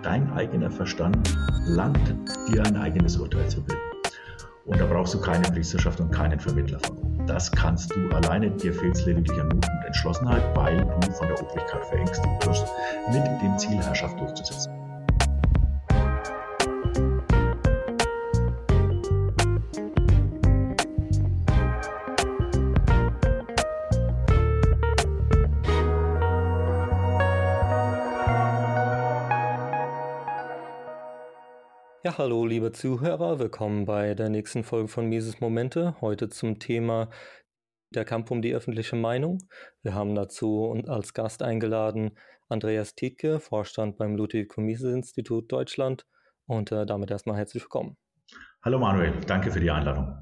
dein eigener Verstand langt, dir ein eigenes Urteil zu bilden. Und da brauchst du keine Priesterschaft und keinen Vermittler von. Das kannst du alleine, dir fehlt es lediglich an Mut und Entschlossenheit, weil du von der Obrigkeit verängstigt wirst, mit dem Ziel, Herrschaft durchzusetzen. Ja, hallo liebe Zuhörer, willkommen bei der nächsten Folge von Mises Momente. Heute zum Thema der Kampf um die öffentliche Meinung. Wir haben dazu und als Gast eingeladen Andreas Tietke, Vorstand beim Ludwig-von-Mises-Institut Deutschland, und damit erstmal herzlich willkommen. Hallo Manuel, danke für die Einladung.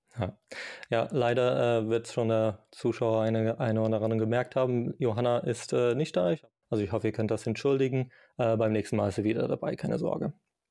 Ja, leider wird schon der Zuschauer eine oder andere gemerkt haben, Johanna ist nicht da. Also ich hoffe, ihr könnt das entschuldigen. Beim nächsten Mal ist sie wieder dabei, keine Sorge.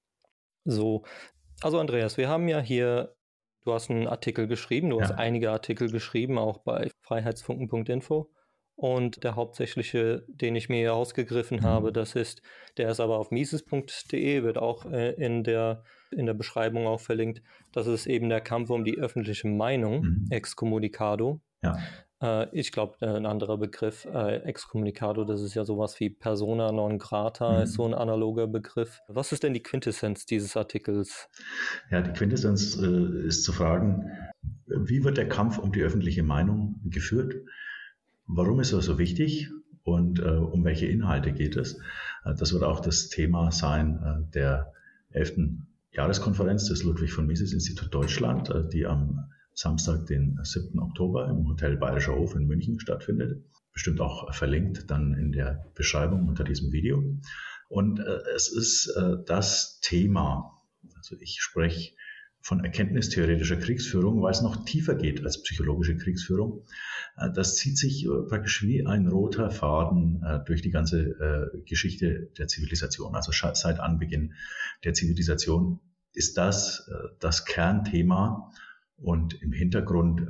So, also Andreas, wir haben ja hier, du hast einen Artikel geschrieben, du hast einige Artikel geschrieben, auch bei freiheitsfunken.info, und der hauptsächliche, den ich mir hier ausgegriffen habe, der ist aber auf mises.de, wird auch in der Beschreibung auch verlinkt. Das ist eben der Kampf um die öffentliche Meinung, Excommunicado. Ja. Ich glaube, ein anderer Begriff, Excommunicado, das ist ja sowas wie Persona non grata, ist so ein analoger Begriff. Was ist denn die Quintessenz dieses Artikels? Ja, die Quintessenz ist zu fragen, wie wird der Kampf um die öffentliche Meinung geführt? Warum ist er so wichtig und um welche Inhalte geht es? Das wird auch das Thema sein der 11. Jahreskonferenz des Ludwig-von-Mises-Institut Deutschland, die am Samstag, den 7. Oktober im Hotel Bayerischer Hof in München stattfindet. Bestimmt auch verlinkt dann in der Beschreibung unter diesem Video. Und es ist das Thema, also ich spreche von erkenntnistheoretischer Kriegsführung, weil es noch tiefer geht als psychologische Kriegsführung. Das zieht sich praktisch wie ein roter Faden durch die ganze Geschichte der Zivilisation. Also seit Anbeginn der Zivilisation ist das Kernthema. Und im Hintergrund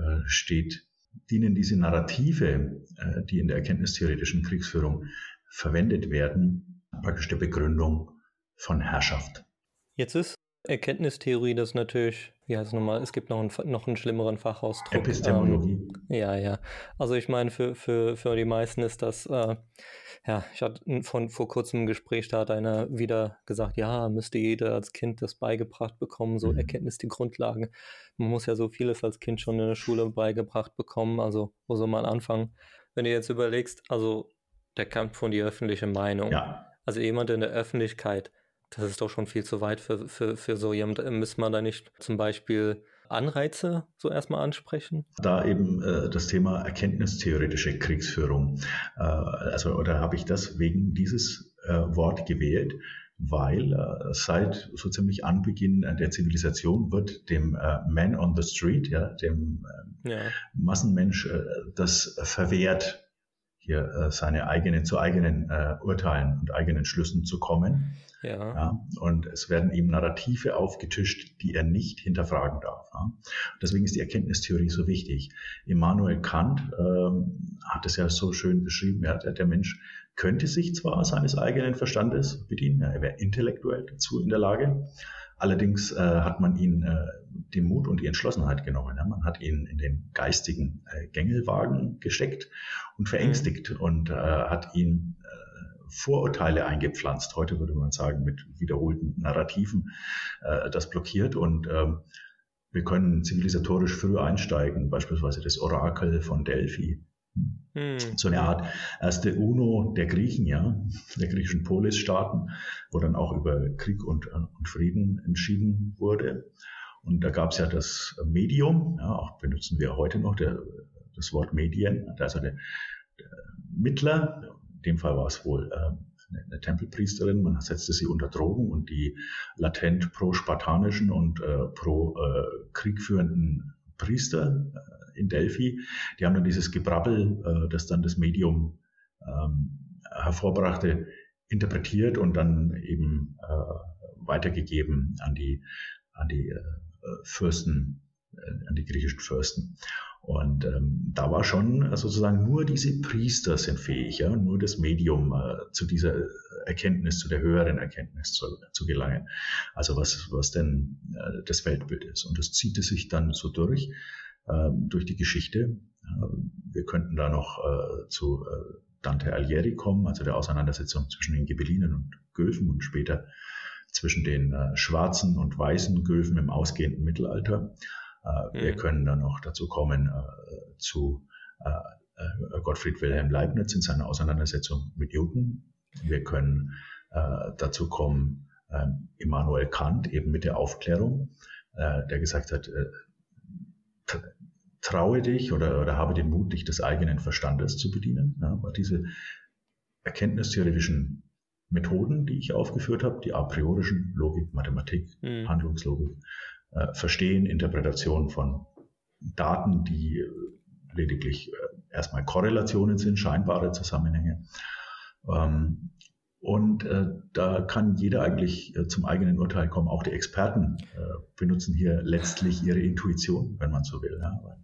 dienen diese Narrative, die in der erkenntnistheoretischen Kriegsführung verwendet werden, praktisch der Begründung von Herrschaft. Jetzt ist Erkenntnistheorie das natürlich, wie heißt es nochmal, es gibt noch einen schlimmeren Fachausdruck. Epistemologie. Ja. Also ich meine, für die meisten ist das, ich hatte vor kurzem ein Gespräch, da hat einer wieder gesagt, ja, müsste jeder als Kind das beigebracht bekommen, so Erkenntnis die Grundlagen. Man muss ja so vieles als Kind schon in der Schule beigebracht bekommen, also wo soll man anfangen? Wenn du jetzt überlegst, also der Kampf um die öffentliche Meinung, also jemand in der Öffentlichkeit, das ist doch schon viel zu weit für so jemand. Müsste man da nicht zum Beispiel Anreize so erstmal ansprechen? Da eben das Thema erkenntnistheoretische Kriegsführung. Oder habe ich das wegen dieses Wort gewählt, weil seit so ziemlich Anbeginn der Zivilisation wird dem Man on the Street, dem Massenmensch, das verwehrt, hier zu eigenen Urteilen und eigenen Schlüssen zu kommen. Ja, und es werden ihm Narrative aufgetischt, die er nicht hinterfragen darf. Ja. Deswegen ist die Erkenntnistheorie so wichtig. Immanuel Kant hat es ja so schön beschrieben, der Mensch könnte sich zwar seines eigenen Verstandes bedienen, er wäre intellektuell dazu in der Lage, allerdings hat man ihn den Mut und die Entschlossenheit genommen. Ja. Man hat ihn in den geistigen Gängelwagen gesteckt und verängstigt und hat ihn Vorurteile eingepflanzt. Heute würde man sagen, mit wiederholten Narrativen das blockiert. Und wir können zivilisatorisch früh einsteigen, beispielsweise das Orakel von Delphi. So eine Art erste UNO der Griechen, der griechischen Polisstaaten, wo dann auch über Krieg und Frieden entschieden wurde. Und da gab es ja das Medium, auch benutzen wir heute noch das Wort Medien, also der Mittler. In dem Fall war es wohl eine Tempelpriesterin. Man setzte sie unter Drogen und die latent pro-spartanischen und pro-kriegführenden Priester in Delphi, die haben dann dieses Gebrabbel, das dann das Medium hervorbrachte, interpretiert und dann eben weitergegeben an die Fürsten an die griechischen Fürsten. Und da war schon sozusagen nur diese Priester sind fähig, ja, nur das Medium zu dieser Erkenntnis, zu der höheren Erkenntnis zu gelangen. Also was denn das Weltbild ist. Und das zieht es sich dann so durch die Geschichte. Wir könnten da noch zu Dante Alighieri kommen, also der Auseinandersetzung zwischen den Ghibellinen und Guelfen und später zwischen den schwarzen und weißen Guelfen im ausgehenden Mittelalter. Wir können dann noch dazu kommen zu Gottfried Wilhelm Leibniz in seiner Auseinandersetzung mit Newton. Wir können dazu kommen Immanuel Kant eben mit der Aufklärung, der gesagt hat, traue dich oder habe den Mut, dich des eigenen Verstandes zu bedienen. Ja, weil diese erkenntnistheoretischen Methoden, die ich aufgeführt habe, die a priorischen Logik, Mathematik, Handlungslogik, Verstehen, Interpretation von Daten, die lediglich erstmal Korrelationen sind, scheinbare Zusammenhänge. Und da kann jeder eigentlich zum eigenen Urteil kommen. Auch die Experten benutzen hier letztlich ihre Intuition, wenn man so will.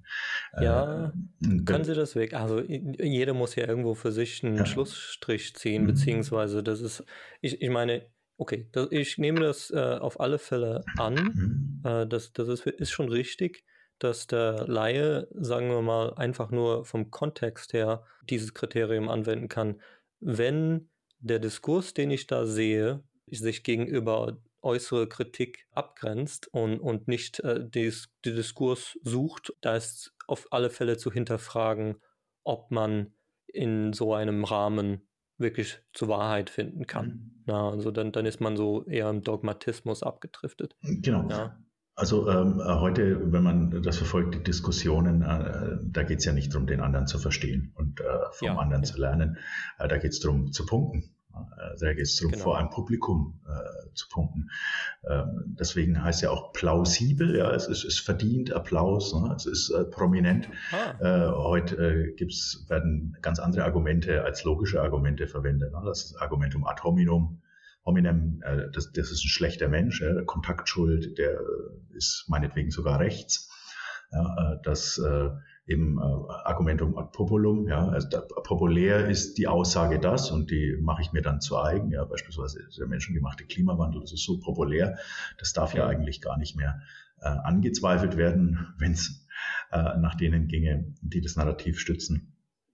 Können Sie das weg? Also jeder muss ja irgendwo für sich einen Schlussstrich ziehen, beziehungsweise das ist, ich meine, okay, ich nehme das auf alle Fälle an. Das ist schon richtig, dass der Laie, sagen wir mal, einfach nur vom Kontext her dieses Kriterium anwenden kann. Wenn der Diskurs, den ich da sehe, sich gegenüber äußere Kritik abgrenzt und nicht den Diskurs sucht, da ist auf alle Fälle zu hinterfragen, ob man in so einem Rahmen wirklich zur Wahrheit finden kann. Ja, also dann ist man so eher im Dogmatismus abgedriftet. Genau. Ja. Also heute, wenn man das verfolgt, die Diskussionen, da geht es ja nicht darum, den anderen zu verstehen und vom anderen zu lernen. Da geht es darum, zu punkten. Da geht es darum, vor einem Publikum zu punkten. Deswegen heißt ja auch plausibel, ja, es verdient Applaus, ne? Es ist prominent. Heute werden ganz andere Argumente als logische Argumente verwendet. Ne? Das ist Argumentum ad hominem. Das ist ein schlechter Mensch, Kontaktschuld, der ist meinetwegen sogar rechts. Ja, das eben Argumentum ad populum, ja, also populär ist die Aussage das und die mache ich mir dann zu eigen, ja, beispielsweise der menschengemachte Klimawandel, das ist so populär, das darf ja eigentlich gar nicht mehr angezweifelt werden, wenn es nach denen ginge, die das Narrativ stützen.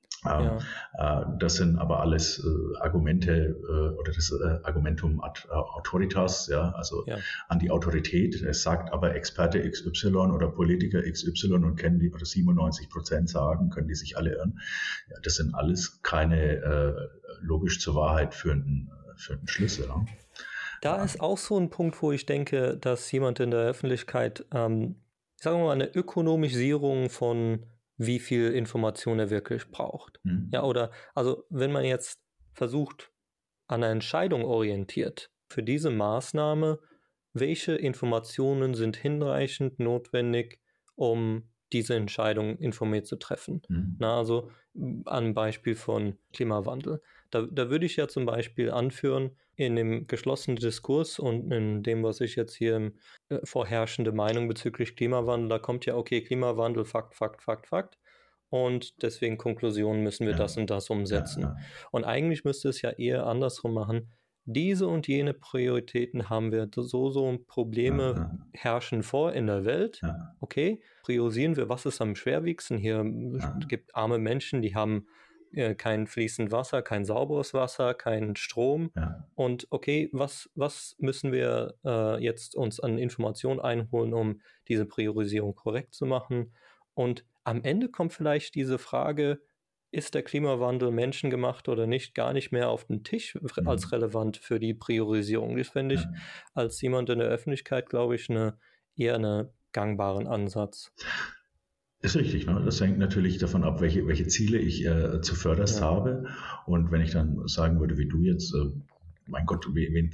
Das sind aber alles Argumente oder das Argumentum ad autoritas, ja, also an die Autorität. Es sagt aber Experte XY oder Politiker XY und kennen die, oder 97% sagen, können die sich alle irren. Ja, das sind alles keine logisch zur Wahrheit führenden Schlüsse. Ja. Da ist auch so ein Punkt, wo ich denke, dass jemand in der Öffentlichkeit, sagen wir mal, eine Ökonomisierung von wie viel Information er wirklich braucht. Ja, oder, also wenn man jetzt versucht, an einer Entscheidung orientiert, für diese Maßnahme, welche Informationen sind hinreichend notwendig, um diese Entscheidung informiert zu treffen. Also am Beispiel von Klimawandel. Da würde ich ja zum Beispiel anführen, in dem geschlossenen Diskurs und in dem, was ich jetzt hier vorherrschende Meinung bezüglich Klimawandel, da kommt ja, okay, Klimawandel, Fakt. Und deswegen Konklusionen müssen wir das und das umsetzen. Und eigentlich müsste es ja eher andersrum machen. Diese und jene Prioritäten haben wir, so Probleme herrschen vor in der Welt. Okay, priorisieren wir, was ist am schwerwiegendsten. Hier gibt arme Menschen, die haben kein fließend Wasser, kein sauberes Wasser, keinen Strom. Und okay, was müssen wir jetzt uns an Informationen einholen, um diese Priorisierung korrekt zu machen? Und am Ende kommt vielleicht diese Frage, ist der Klimawandel menschengemacht oder nicht, gar nicht mehr auf den Tisch als relevant für die Priorisierung. Das fände ich als jemand in der Öffentlichkeit, glaube ich, eher einen gangbaren Ansatz. Ist richtig, ne? Das hängt natürlich davon ab, welche Ziele ich zuvörderst habe. Und wenn ich dann sagen würde, wie du jetzt, mein Gott, wen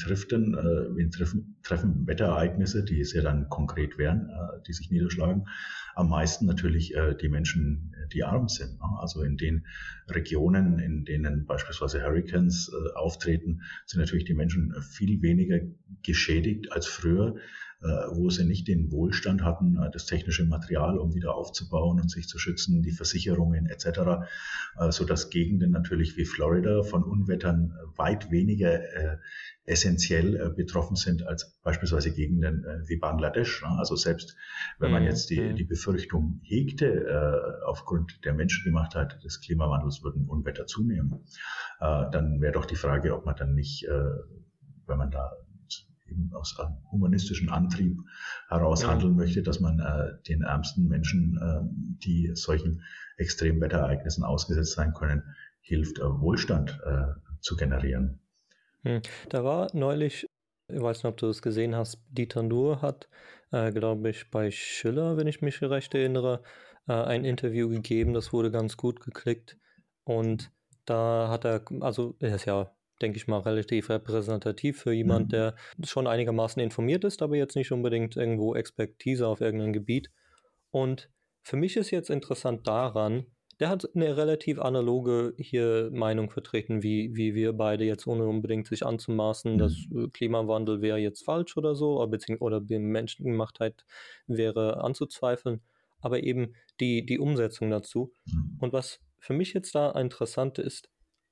treffen Wetterereignisse, die sehr dann konkret wären, die sich niederschlagen? Am meisten natürlich die Menschen, die arm sind. Ne? Also in den Regionen, in denen beispielsweise Hurricanes auftreten, sind natürlich die Menschen viel weniger geschädigt als früher, wo sie nicht den Wohlstand hatten, das technische Material, um wieder aufzubauen und sich zu schützen, die Versicherungen etc., sodass Gegenden natürlich wie Florida von Unwettern weit weniger essentiell betroffen sind als beispielsweise Gegenden wie Bangladesch. Also selbst wenn man jetzt die Befürchtung hegte, aufgrund der Menschengemachtheit des Klimawandels würden Unwetter zunehmen, dann wäre doch die Frage, ob man dann nicht, wenn man da eben aus einem humanistischen Antrieb heraus handeln möchte, dass man den ärmsten Menschen, die solchen Extremwetterereignissen ausgesetzt sein können, hilft, Wohlstand zu generieren. Da war neulich, ich weiß nicht, ob du das gesehen hast, Dieter Nuhr hat, glaube ich, bei Schiller, wenn ich mich recht erinnere, ein Interview gegeben, das wurde ganz gut geklickt und da hat er, also er ist ja, denke ich mal, relativ repräsentativ für jemand, der schon einigermaßen informiert ist, aber jetzt nicht unbedingt irgendwo Expertise auf irgendeinem Gebiet. Und für mich ist jetzt interessant daran, der hat eine relativ analoge hier Meinung vertreten, wie wir beide jetzt, ohne unbedingt sich anzumaßen, dass Klimawandel wäre jetzt falsch oder so, oder Menschengemachtheit wäre anzuzweifeln, aber eben die Umsetzung dazu. Und was für mich jetzt da interessant ist,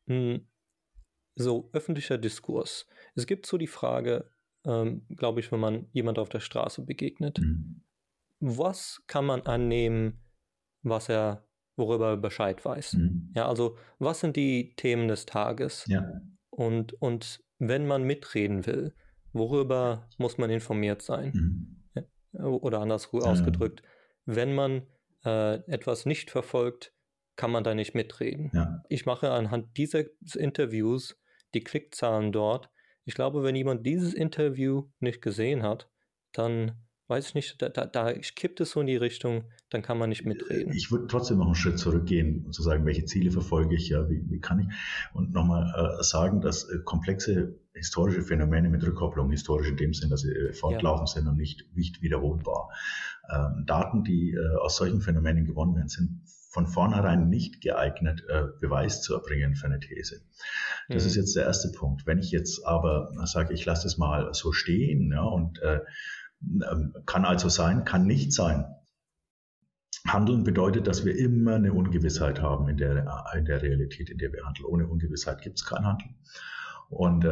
so öffentlicher Diskurs. Es gibt so die Frage, glaube ich, wenn man jemand auf der Straße begegnet, was kann man annehmen, worüber er Bescheid weiß? Ja, also was sind die Themen des Tages? Ja. Und wenn man mitreden will, worüber muss man informiert sein? Ja, oder anders ausgedrückt, wenn man etwas nicht verfolgt, kann man da nicht mitreden. Ja. Ich mache anhand dieses Interviews die Klickzahlen dort. Ich glaube, wenn jemand dieses Interview nicht gesehen hat, dann weiß ich nicht, da kippt es so in die Richtung, dann kann man nicht mitreden. Ich würde trotzdem noch einen Schritt zurückgehen und zu sagen, welche Ziele verfolge ich, ja, wie kann ich, und nochmal sagen, dass komplexe historische Phänomene mit Rückkopplung, historisch in dem Sinn, dass sie fortlaufend sind und nicht wiederholbar. Daten, die aus solchen Phänomenen gewonnen werden, sind von vornherein nicht geeignet, Beweis zu erbringen für eine These. Das ist jetzt der erste Punkt. Wenn ich jetzt aber sage, ich lasse das mal so stehen, ja, und kann also sein, kann nicht sein. Handeln bedeutet, dass wir immer eine Ungewissheit haben in der Realität, in der wir handeln. Ohne Ungewissheit gibt es kein Handeln. Und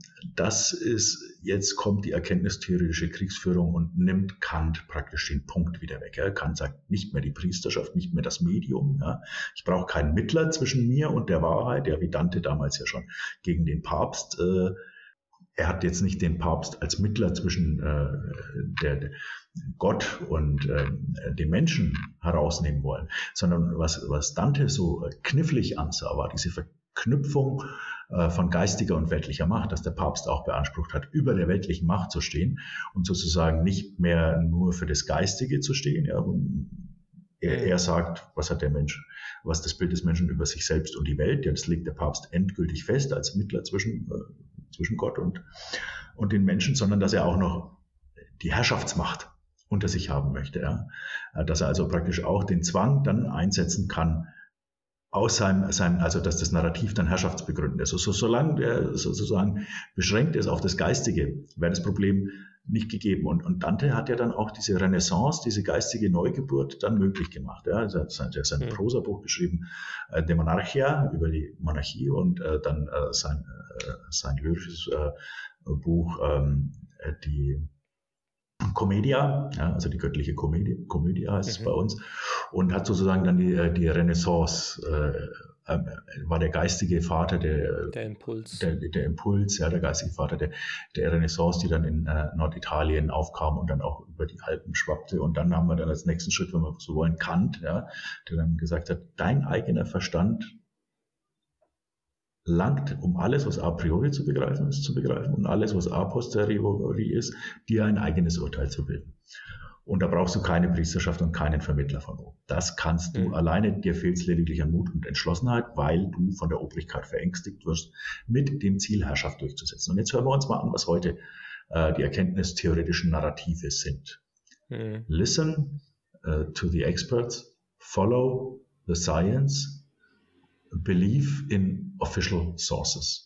jetzt kommt die erkenntnistheoretische Kriegsführung und nimmt Kant praktisch den Punkt wieder weg. Ja. Kant sagt, nicht mehr die Priesterschaft, nicht mehr das Medium. Ja. Ich brauche keinen Mittler zwischen mir und der Wahrheit, ja, wie Dante damals ja schon gegen den Papst. Er hat jetzt nicht den Papst als Mittler zwischen der Gott und dem Menschen herausnehmen wollen, sondern was Dante so knifflig ansah, war diese Verknüpfung von geistiger und weltlicher Macht, dass der Papst auch beansprucht hat, über der weltlichen Macht zu stehen und sozusagen nicht mehr nur für das Geistige zu stehen. Ja, er sagt, was hat der Mensch, was das Bild des Menschen über sich selbst und die Welt, ja, das legt der Papst endgültig fest als Mittler zwischen Gott und den Menschen, sondern dass er auch noch die Herrschaftsmacht unter sich haben möchte. Ja. Dass er also praktisch auch den Zwang dann einsetzen kann, aus seinem, also dass das Narrativ dann herrschaftsbegründend ist. Also solange er sozusagen beschränkt ist auf das Geistige, wäre das Problem nicht gegeben. Und Dante hat ja dann auch diese Renaissance, diese geistige Neugeburt dann möglich gemacht. Ja. Er hat sein Prosabuch geschrieben, De Monarchia, über die Monarchie, und dann sein lyrisches Buch, die Commedia, ja, also die göttliche Komödie heißt es bei uns, und hat sozusagen dann die Renaissance, war der geistige Vater der Impuls. Der Impuls, ja, der geistige Vater der Renaissance, die dann in Norditalien aufkam und dann auch über die Alpen schwappte. Und dann haben wir dann als nächsten Schritt, wenn wir so wollen, Kant, ja, der dann gesagt hat, dein eigener Verstand langt, um alles, was a priori zu begreifen ist, zu begreifen, und alles, was a posteriori ist, dir ein eigenes Urteil zu bilden. Und da brauchst du keine Priesterschaft und keinen Vermittler von oben. Das kannst du alleine, dir fehlt es lediglich an Mut und Entschlossenheit, weil du von der Obrigkeit verängstigt wirst, mit dem Ziel Herrschaft durchzusetzen. Und jetzt hören wir uns mal an, was heute die erkenntnistheoretischen Narrative sind. Listen to the experts, follow the science, believe in official sources.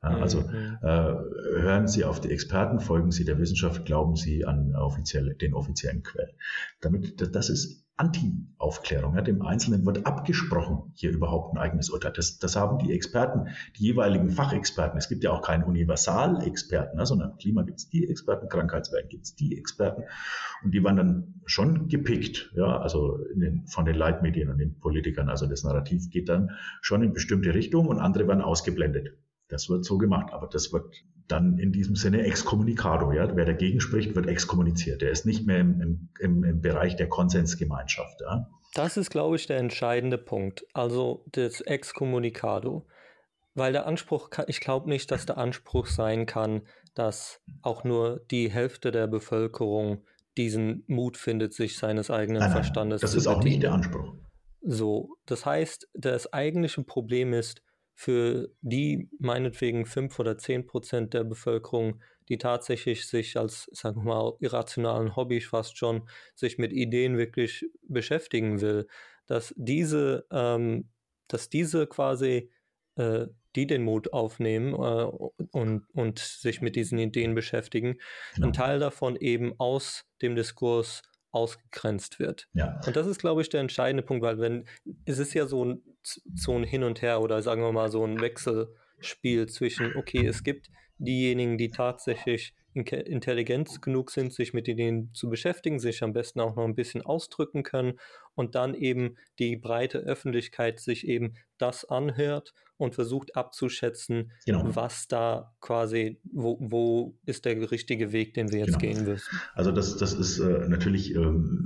Also hören Sie auf die Experten, folgen Sie der Wissenschaft, glauben Sie an den offiziellen Quellen. Das ist Anti-Aufklärung. Ja. Dem Einzelnen wird abgesprochen, hier überhaupt ein eigenes Urteil. Das haben die Experten, die jeweiligen Fachexperten. Es gibt ja auch keinen Universalexperten, sondern Klima gibt es die Experten, Krankheitswellen gibt es die Experten. Und die waren dann schon gepickt, ja, also von den Leitmedien und den Politikern. Also das Narrativ geht dann schon in bestimmte Richtungen und andere werden ausgeblendet. Das wird so gemacht, aber das wird dann in diesem Sinne excommunicado. Ja? Wer dagegen spricht, wird exkommuniziert. Der ist nicht mehr im Bereich der Konsensgemeinschaft. Ja? Das ist, glaube ich, der entscheidende Punkt. Also das excommunicado. Weil der Anspruch, ich glaube nicht, dass der Anspruch sein kann, dass auch nur die Hälfte der Bevölkerung diesen Mut findet, sich seines eigenen Verstandes zu bedienen. Das ist auch nicht der Anspruch. So, das heißt, das eigentliche Problem ist, für die meinetwegen 5 oder 10% der Bevölkerung, die tatsächlich sich als, sagen wir mal, irrationalen Hobby fast schon, sich mit Ideen wirklich beschäftigen will, dass diese quasi, die den Mut aufnehmen und sich mit diesen Ideen beschäftigen, ein Teil davon eben aus dem Diskurs ausgegrenzt wird. Ja. Und das ist, glaube ich, der entscheidende Punkt, weil es ist ja so ein Hin und Her oder sagen wir mal so ein Wechselspiel zwischen, okay, es gibt diejenigen, die tatsächlich intelligent genug sind, sich mit denen zu beschäftigen, sich am besten auch noch ein bisschen ausdrücken können und dann eben die breite Öffentlichkeit sich eben das anhört und versucht abzuschätzen, was da quasi, wo ist der richtige Weg, den wir jetzt gehen müssen. Also das ist natürlich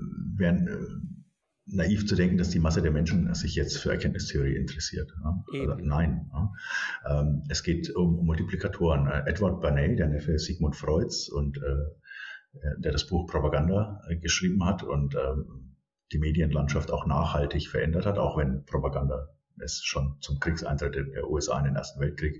naiv zu denken, dass die Masse der Menschen sich jetzt für Erkenntnistheorie interessiert. Ja? Also, nein. Ja? Es geht um Multiplikatoren. Edward Bernays, der Neffe Sigmund Freuds und der das Buch Propaganda geschrieben hat und die Medienlandschaft auch nachhaltig verändert hat, auch wenn Propaganda es schon zum Kriegseintritt der USA in den Ersten Weltkrieg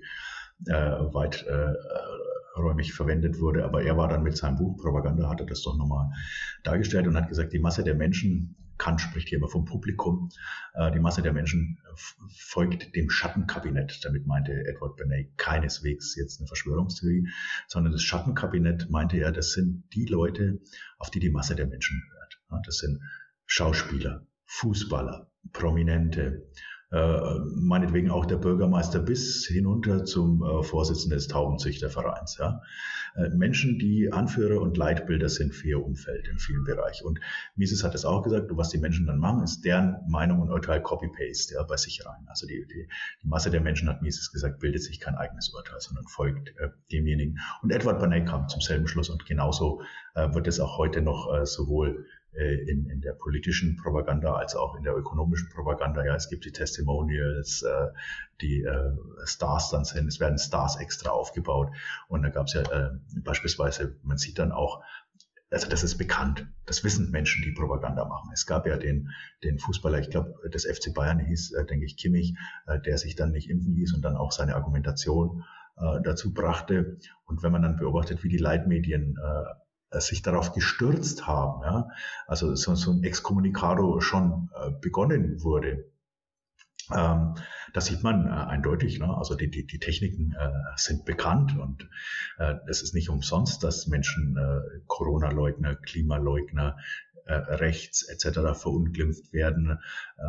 weiträumig verwendet wurde. Aber er war dann mit seinem Buch Propaganda, hat er das doch nochmal dargestellt und hat gesagt, die Masse der Menschen, Kant spricht hier immer vom Publikum, die Masse der Menschen folgt dem Schattenkabinett. Damit meinte Edward Bernays keineswegs jetzt eine Verschwörungstheorie, sondern das Schattenkabinett, meinte er, das sind die Leute, auf die Masse der Menschen hört. Das sind Schauspieler, Fußballer, Prominente, meinetwegen auch der Bürgermeister bis hinunter zum Vorsitzenden des Taubenzüchtervereins. Ja. Menschen, die Anführer und Leitbilder sind für ihr Umfeld in vielen Bereichen. Und Mises hat es auch gesagt, was die Menschen dann machen, ist deren Meinung und Urteil Copy-Paste, ja, bei sich rein. Also die Masse der Menschen, hat Mises gesagt, bildet sich kein eigenes Urteil, sondern folgt demjenigen. Und Edward Bernays kam zum selben Schluss und genauso wird es auch heute noch sowohl in der politischen Propaganda als auch in der ökonomischen Propaganda. Ja, es gibt die Testimonials, die Stars dann sind. Es werden Stars extra aufgebaut. Und da gab es ja beispielsweise, man sieht dann auch, also das ist bekannt. Das wissen Menschen, die Propaganda machen. Es gab ja den Fußballer, ich glaube, das FC Bayern hieß, denke ich, Kimmich, der sich dann nicht impfen ließ und dann auch seine Argumentation dazu brachte. Und wenn man dann beobachtet, wie die Leitmedien sich darauf gestürzt haben, ja, also so ein Excommunicado schon begonnen wurde, da sieht man eindeutig, ne, also die Techniken sind bekannt und es ist nicht umsonst, dass Menschen Corona-Leugner, Klimaleugner, rechts etc. verunglimpft werden,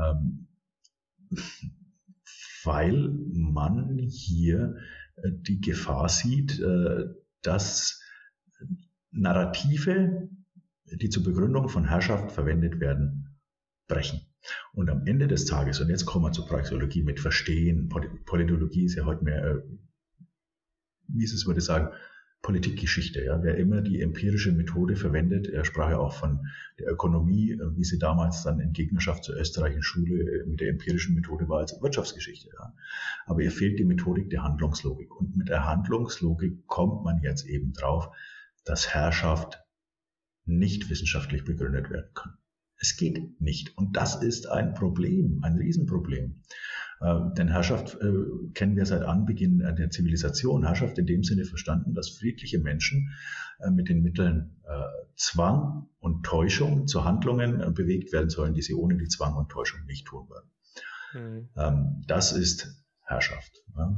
weil man hier die Gefahr sieht, dass Narrative, die zur Begründung von Herrschaft verwendet werden, brechen. Und am Ende des Tages, und jetzt kommen wir zur Praxeologie mit Verstehen, Politologie ist ja heute mehr, Mises würde sagen, Politikgeschichte. Ja? Wer immer die empirische Methode verwendet, er sprach ja auch von der Ökonomie, wie sie damals dann in Gegnerschaft zur österreichischen Schule mit der empirischen Methode war, als Wirtschaftsgeschichte. Ja? Aber ihr fehlt die Methodik der Handlungslogik. Und mit der Handlungslogik kommt man jetzt eben drauf, dass Herrschaft nicht wissenschaftlich begründet werden kann. Es geht nicht. Und das ist ein Problem, ein Riesenproblem. Denn Herrschaft kennen wir seit Anbeginn der Zivilisation. Herrschaft in dem Sinne verstanden, dass friedliche Menschen mit den Mitteln Zwang und Täuschung zu Handlungen bewegt werden sollen, die sie ohne die Zwang und Täuschung nicht tun würden. Das ist Herrschaft. Ja.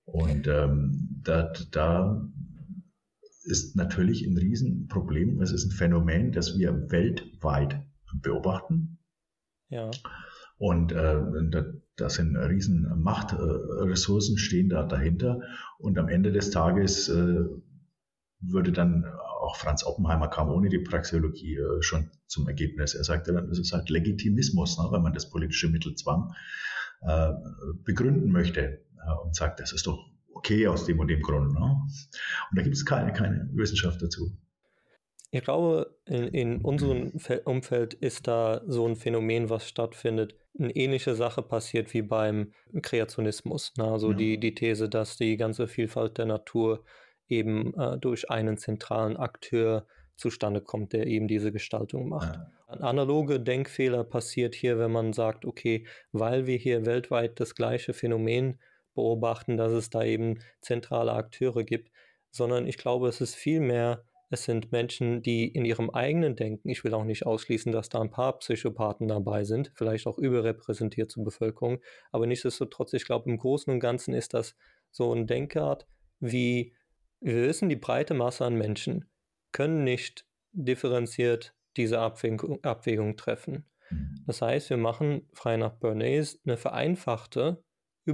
Und da ist natürlich ein Riesenproblem. Es ist ein Phänomen, das wir weltweit beobachten. Ja. Und da sind riesen Machtressourcen stehen da dahinter. Und am Ende des Tages würde dann auch Franz Oppenheimer kam ohne die Praxeologie schon zum Ergebnis. Er sagte dann, das ist halt Legitimismus, ne, wenn man das politische Mittel Zwang begründen möchte und sagt, das ist doch okay aus dem und dem Grund. Ne? Und da gibt es keine Wissenschaft dazu. Ich glaube, in unserem Umfeld ist da so ein Phänomen, was stattfindet. Eine ähnliche Sache passiert wie beim Kreationismus. Ne? Also die These, dass die ganze Vielfalt der Natur eben durch einen zentralen Akteur zustande kommt, der eben diese Gestaltung macht. Ja. Ein analoge Denkfehler passiert hier, wenn man sagt, okay, weil wir hier weltweit das gleiche Phänomen beobachten, dass es da eben zentrale Akteure gibt, sondern ich glaube, es ist vielmehr, es sind Menschen, die in ihrem eigenen Denken, ich will auch nicht ausschließen, dass da ein paar Psychopathen dabei sind, vielleicht auch überrepräsentiert zur Bevölkerung, aber nichtsdestotrotz, ich glaube, im Großen und Ganzen ist das so ein Denkart, wie wir wissen, die breite Masse an Menschen können nicht differenziert diese Abwägung treffen. Das heißt, wir machen, frei nach Bernays, eine vereinfachte,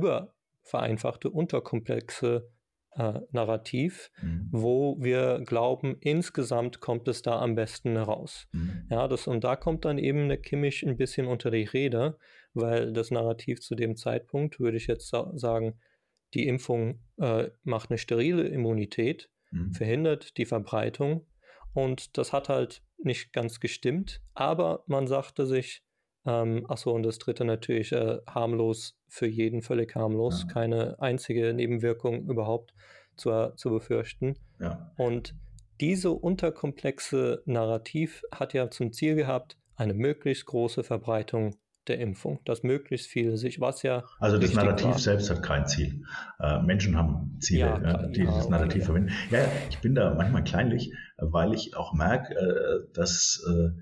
unterkomplexe Narrativ, wo wir glauben, insgesamt kommt es da am besten heraus. Ja, und da kommt dann eben der Kimmich ein bisschen unter die Räder, weil das Narrativ zu dem Zeitpunkt, würde ich jetzt sagen, die Impfung macht eine sterile Immunität, verhindert die Verbreitung und das hat halt nicht ganz gestimmt, aber man sagte sich, und das dritte natürlich harmlos für jeden, völlig harmlos, keine einzige Nebenwirkung überhaupt zu befürchten. Ja. Und diese unterkomplexe Narrativ hat ja zum Ziel gehabt, eine möglichst große Verbreitung der Impfung, dass möglichst viele sich, was ja also das Narrativ war. Selbst hat kein Ziel. Menschen haben Ziele, die das Narrativ verwenden. Ja, ich bin da manchmal kleinlich, weil ich auch merke, dass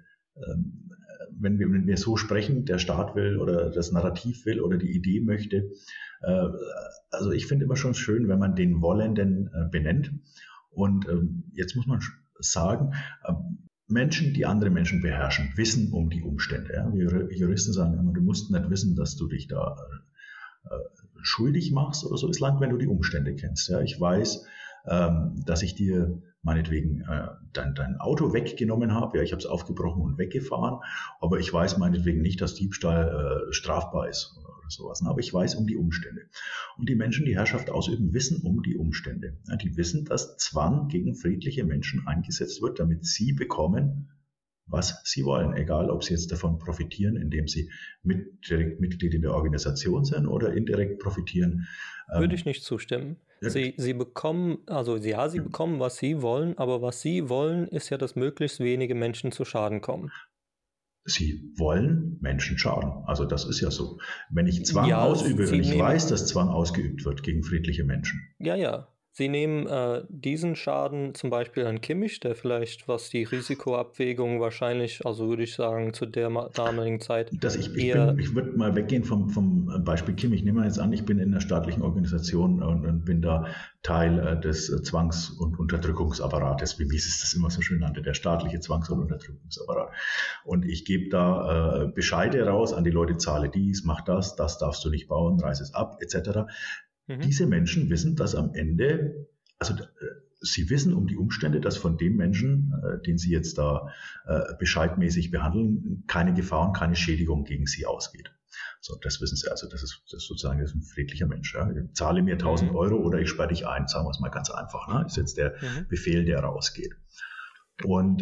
wenn wir so sprechen, der Staat will oder das Narrativ will oder die Idee möchte. Also ich finde immer schon schön, wenn man den Wollenden benennt. Und jetzt muss man sagen, Menschen, die andere Menschen beherrschen, wissen um die Umstände. Ja? Wir Juristen sagen immer, du musst nicht wissen, dass du dich da schuldig machst oder so. Es langt, wenn du die Umstände kennst. Ja? Ich weiß, dass ich dir meinetwegen dein Auto weggenommen habe. Ja, ich habe es aufgebrochen und weggefahren, aber ich weiß meinetwegen nicht, dass Diebstahl strafbar ist oder sowas. Aber ich weiß um die Umstände. Und die Menschen, die Herrschaft ausüben, wissen um die Umstände. Ja, die wissen, dass Zwang gegen friedliche Menschen eingesetzt wird, damit sie bekommen, was sie wollen. Egal, ob sie jetzt davon profitieren, indem sie direkt Mitglied in der Organisation sind oder indirekt profitieren. Würde ich nicht zustimmen. Sie bekommen, sie bekommen, was sie wollen, aber was sie wollen, ist ja, dass möglichst wenige Menschen zu Schaden kommen. Sie wollen Menschen schaden. Also das ist ja so. Wenn ich Zwang ausübe und ich weiß, dass Zwang ausgeübt wird gegen friedliche Menschen. Ja. Sie nehmen diesen Schaden zum Beispiel an Kimmich, der vielleicht, was die Risikoabwägung wahrscheinlich, also würde ich sagen, zu der damaligen Zeit ich würde mal weggehen vom Beispiel Kimmich. Nehmen wir jetzt an, ich bin in einer staatlichen Organisation und bin da Teil des Zwangs- und Unterdrückungsapparates, wie Mises das immer so schön nannte, der staatliche Zwangs- und Unterdrückungsapparat. Und ich gebe da Bescheide raus an die Leute, zahle dies, mach das darfst du nicht bauen, reiß es ab, etc. Diese Menschen wissen, dass am Ende, sie wissen um die Umstände, dass von dem Menschen, den sie jetzt da bescheidmäßig behandeln, keine Gefahr und keine Schädigung gegen sie ausgeht. So, das wissen sie. Also das ist sozusagen ein friedlicher Mensch. Ja. Ich zahle mir 1.000 Euro oder ich sperre dich ein, sagen wir es mal ganz einfach. Ne? Ist jetzt der Befehl, der rausgeht. Und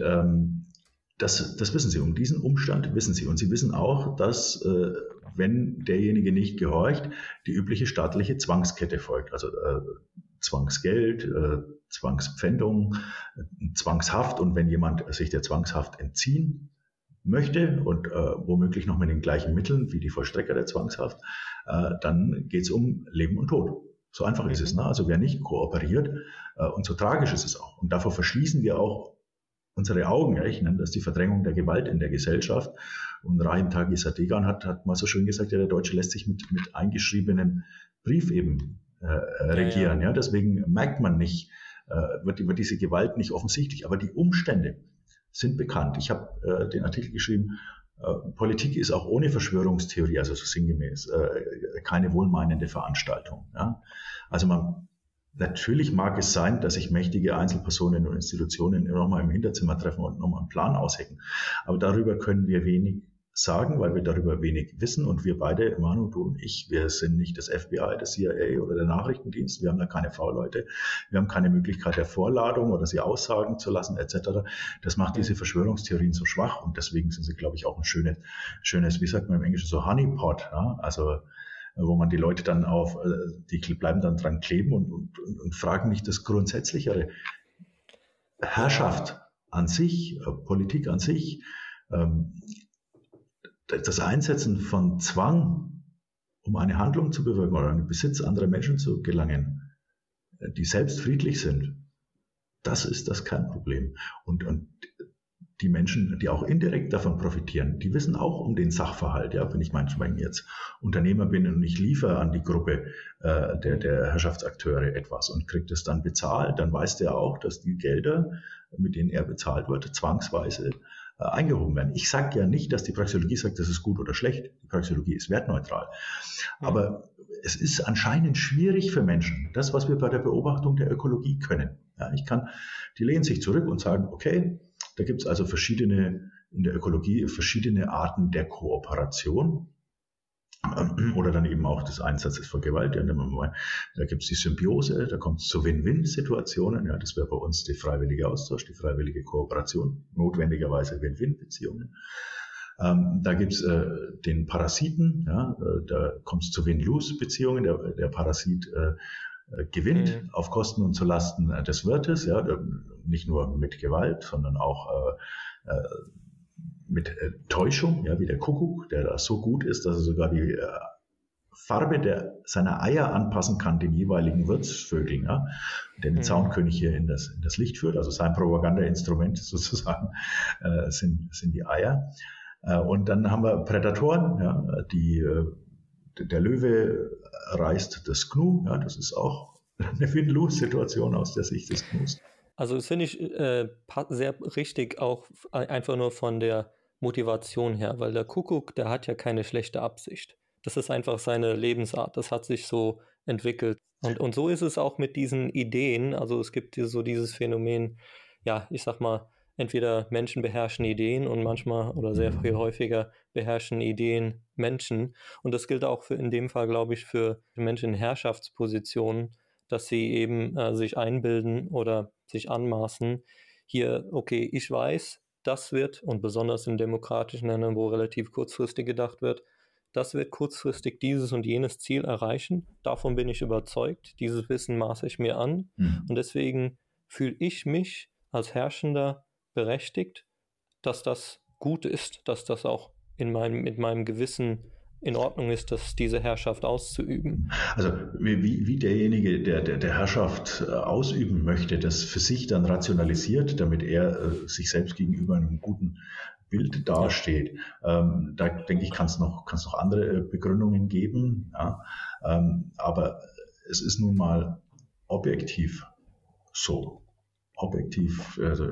das wissen sie. Um diesen Umstand wissen sie. Und sie wissen auch, dass wenn derjenige nicht gehorcht, die übliche staatliche Zwangskette folgt. Also Zwangsgeld, Zwangspfändung, Zwangshaft. Und wenn jemand sich der Zwangshaft entziehen möchte und womöglich noch mit den gleichen Mitteln wie die Vollstrecker der Zwangshaft, dann geht es um Leben und Tod. So einfach ist es. Ne? Also wer nicht kooperiert, und so tragisch ist es auch. Und davor verschließen wir auch unsere Augen. Ja? Ich nenne das die Verdrängung der Gewalt in der Gesellschaft. Und Rahim Taghi Sadegan hat mal so schön gesagt, ja, der Deutsche lässt sich mit eingeschriebenen Brief eben regieren. Ja, deswegen merkt man nicht, wird diese Gewalt nicht offensichtlich, aber die Umstände sind bekannt. Ich habe den Artikel geschrieben, Politik ist auch ohne Verschwörungstheorie, also so sinngemäß, keine wohlmeinende Veranstaltung. Ja? Also natürlich mag es sein, dass sich mächtige Einzelpersonen und Institutionen nochmal im Hinterzimmer treffen und nochmal einen Plan aushecken. Aber darüber können wir wenig sagen, weil wir darüber wenig wissen. Und wir beide, Manu, du und ich, wir sind nicht das FBI, das CIA oder der Nachrichtendienst. Wir haben da keine V-Leute. Wir haben keine Möglichkeit der Vorladung oder sie aussagen zu lassen etc. Das macht diese Verschwörungstheorien so schwach. Und deswegen sind sie, glaube ich, auch ein schönes, wie sagt man im Englischen, so Honeypot. Ja? Also wo man die Leute dann die bleiben dann dran kleben und fragen nicht das Grundsätzlichere. Herrschaft an sich, Politik an sich, das Einsetzen von Zwang, um eine Handlung zu bewirken oder einen Besitz anderer Menschen zu gelangen, die selbst friedlich sind, das ist das Kernproblem. Und die Menschen, die auch indirekt davon profitieren, die wissen auch um den Sachverhalt. Ja, wenn ich manchmal jetzt Unternehmer bin und ich liefere an die Gruppe der Herrschaftsakteure etwas und kriege das dann bezahlt, dann weiß der auch, dass die Gelder, mit denen er bezahlt wird, zwangsweise eingehoben werden. Ich sage ja nicht, dass die Praxeologie sagt, das ist gut oder schlecht. Die Praxeologie ist wertneutral. Aber es ist anscheinend schwierig für Menschen, das, was wir bei der Beobachtung der Ökologie können. Ja, die lehnen sich zurück und sagen, okay, da gibt es also in der Ökologie verschiedene Arten der Kooperation oder dann eben auch des Einsatzes von Gewalt. Ja, da gibt es die Symbiose, da kommt es zu Win-Win-Situationen. Ja, das wäre bei uns der freiwillige Austausch, die freiwillige Kooperation, notwendigerweise Win-Win-Beziehungen. Da gibt es den Parasiten, ja, da kommt es zu Win-Lose-Beziehungen. Der Parasit gewinnt auf Kosten und zulasten des Wirtes, ja, nicht nur mit Gewalt, sondern auch mit Täuschung, ja, wie der Kuckuck, der da so gut ist, dass er sogar die Farbe seiner Eier anpassen kann, den jeweiligen Wirtsvögeln, ja, der den Zaunkönig hier in das Licht führt. Also sein Propagandainstrument sozusagen sind die Eier. Und dann haben wir Prädatoren, ja, der Löwe reißt das Gnu, ja, das ist auch eine Win-Lose-Situation aus der Sicht des Gnus. Also das finde ich sehr richtig, auch einfach nur von der Motivation her, weil der Kuckuck, der hat ja keine schlechte Absicht. Das ist einfach seine Lebensart, das hat sich so entwickelt. Und so ist es auch mit diesen Ideen, also es gibt so dieses Phänomen, ja, ich sag mal, entweder Menschen beherrschen Ideen und manchmal oder sehr viel häufiger beherrschen Ideen Menschen. Und das gilt auch in dem Fall, glaube ich, für Menschen in Herrschaftspositionen, dass sie eben sich einbilden oder sich anmaßen, hier, okay, ich weiß, das wird, und besonders in demokratischen Ländern, wo relativ kurzfristig gedacht wird, das wird kurzfristig dieses und jenes Ziel erreichen. Davon bin ich überzeugt. Dieses Wissen maße ich mir an. Und deswegen fühle ich mich als Herrschender berechtigt, dass das gut ist, dass das auch mit meinem Gewissen in Ordnung ist, dass diese Herrschaft auszuüben. Also wie derjenige, der Herrschaft ausüben möchte, das für sich dann rationalisiert, damit er sich selbst gegenüber einem guten Bild dasteht. Da denke ich, kann es noch andere Begründungen geben. Ja? Aber es ist nun mal objektiv so. Objektiv, also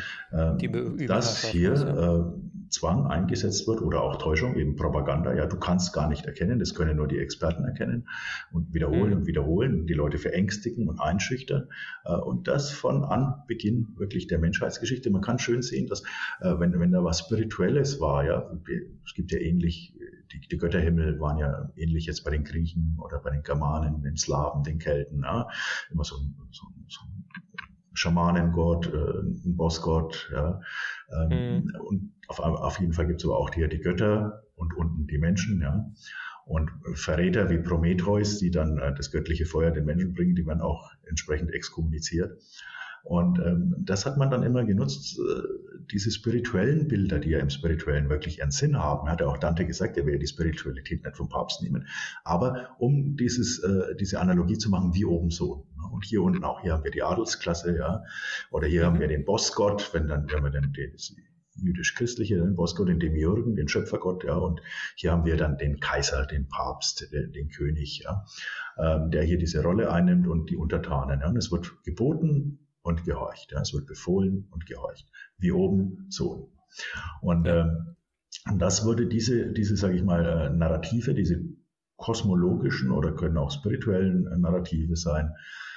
dass hier Zwang eingesetzt wird oder auch Täuschung, eben Propaganda. Ja, du kannst gar nicht erkennen, das können nur die Experten erkennen und wiederholen und wiederholen, die Leute verängstigen und einschüchtern. Und das von Anbeginn wirklich der Menschheitsgeschichte. Man kann schön sehen, dass wenn da was Spirituelles war, ja, es gibt ja ähnlich, die Götterhimmel waren ja ähnlich jetzt bei den Griechen oder bei den Germanen, den Slawen, den Kelten, ja, immer so ein Schamanengott, ein Bossgott, ja. Und auf jeden Fall gibt es aber auch die Götter und unten die Menschen, ja. Und Verräter wie Prometheus, die dann das göttliche Feuer den Menschen bringen, die werden auch entsprechend exkommuniziert. Und das hat man dann immer genutzt, diese spirituellen Bilder, die ja im Spirituellen wirklich ihren Sinn haben. Hat ja auch Dante gesagt, er will die Spiritualität nicht vom Papst nehmen. Aber um diese Analogie zu machen, wie oben so. Und hier unten auch, hier haben wir die Adelsklasse, ja. Oder hier haben wir den Bossgott, wenn wir dann jüdisch-christliche, den Bossgott, den Demiurgen, den Schöpfergott, ja, und hier haben wir dann den Kaiser, den Papst, den König, ja, der hier diese Rolle einnimmt und die Untertanen. Ja, und es wird geboten und gehorcht, ja, es wird befohlen und gehorcht. Wie oben, so. Und das würde diese, sage ich mal, Narrative, diese kosmologischen oder können auch spirituellen Narrative sein,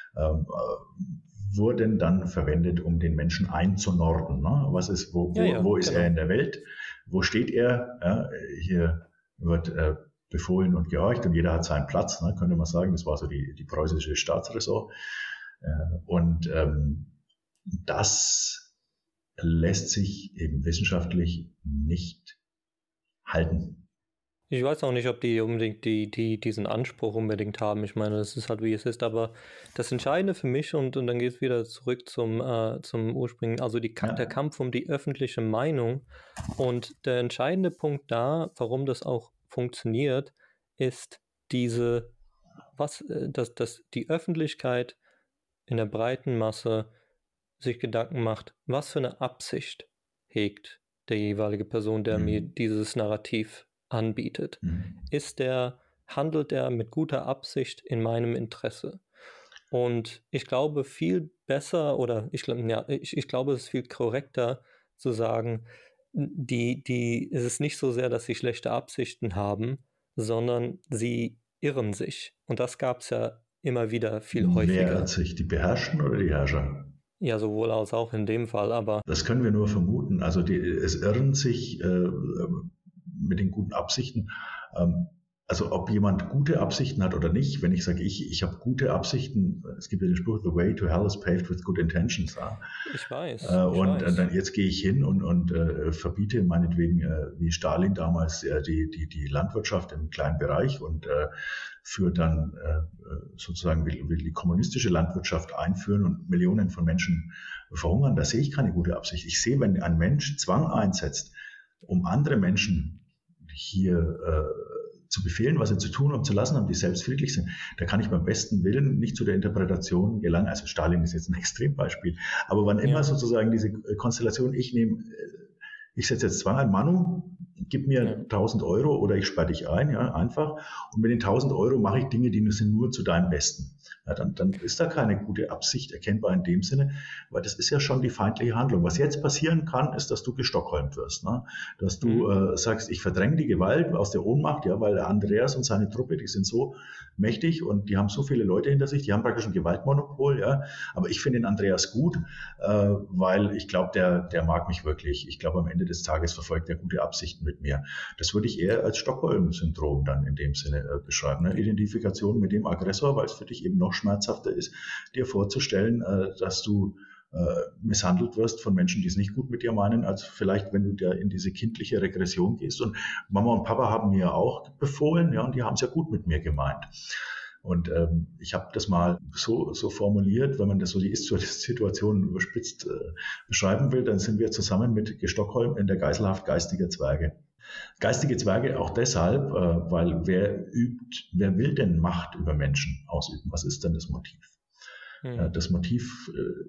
wurden dann verwendet, um den Menschen einzunorden. Ne? Was ist, wo ist er in der Welt? Wo steht er? Ja, hier wird befohlen und gehorcht und jeder hat seinen Platz, ne, könnte man sagen. Das war so die preußische Staatsräson. Und das lässt sich eben wissenschaftlich nicht halten. Ich weiß auch nicht, ob die unbedingt diesen Anspruch unbedingt haben. Ich meine, das ist halt, wie es ist. Aber das Entscheidende für mich, und dann geht es wieder zurück zum Ursprung, also der Kampf um die öffentliche Meinung. Und der entscheidende Punkt da, warum das auch funktioniert, ist dass die Öffentlichkeit in der breiten Masse sich Gedanken macht, was für eine Absicht hegt der jeweilige Person, der mir dieses Narrativ anbietet. Handelt er mit guter Absicht in meinem Interesse? Und ich glaube viel besser, oder ich glaube, es ist viel korrekter zu sagen, es ist nicht so sehr, dass sie schlechte Absichten haben, sondern sie irren sich. Und das gab es ja immer wieder viel häufiger. Wer irrt sich, die Beherrschten oder die Herrscher? Ja, sowohl als auch in dem Fall, aber... Das können wir nur vermuten. Also es irren sich mit den guten Absichten. Also ob jemand gute Absichten hat oder nicht, wenn ich sage, ich habe gute Absichten, es gibt ja den Spruch, the way to hell is paved with good intentions. Ja. Ich weiß. Dann jetzt gehe ich hin und verbiete meinetwegen, wie Stalin damals, die Landwirtschaft im kleinen Bereich und führt dann sozusagen will die kommunistische Landwirtschaft einführen und Millionen von Menschen verhungern. Da sehe ich keine gute Absicht. Ich sehe, wenn ein Mensch Zwang einsetzt, um andere Menschen hier zu befehlen, was sie zu tun und zu lassen haben, die selbst friedlich sind, da kann ich beim besten Willen nicht zu der Interpretation gelangen. Also Stalin ist jetzt ein Extrembeispiel. Aber wann immer sozusagen diese Konstellation, ich setze jetzt Zwang ein, Manu, gib mir 1.000 Euro oder ich sperre dich ein, ja, einfach. Und mit den 1.000 Euro mache ich Dinge, die sind nur zu deinem Besten. Ja, dann ist da keine gute Absicht erkennbar in dem Sinne, weil das ist ja schon die feindliche Handlung. Was jetzt passieren kann, ist, dass du gestockholmt wirst, ne? Dass du sagst, ich verdränge die Gewalt aus der Ohnmacht, ja, weil der Andreas und seine Truppe, die sind so mächtig und die haben so viele Leute hinter sich, die haben praktisch ein Gewaltmonopol, ja. Aber ich finde den Andreas gut, weil ich glaube, der mag mich wirklich. Ich glaube, am Ende des Tages verfolgt er gute Absichten mit mir. Das würde ich eher als Stockholm-Syndrom dann in dem Sinne beschreiben, ne? Identifikation mit dem Aggressor, weil es für dich eben noch schmerzhafter ist, dir vorzustellen, dass du misshandelt wirst von Menschen, die es nicht gut mit dir meinen, als vielleicht, wenn du da in diese kindliche Regression gehst. Und Mama und Papa haben mir auch befohlen, ja, und die haben es ja gut mit mir gemeint. Und ich habe das mal so formuliert, wenn man das so die Ist-Situation überspitzt beschreiben will, dann sind wir zusammen mit Stockholm in der Geiselhaft geistiger Zwerge. Geistige Zwerge auch deshalb, weil wer will denn Macht über Menschen ausüben? Was ist denn das Motiv? Das Motiv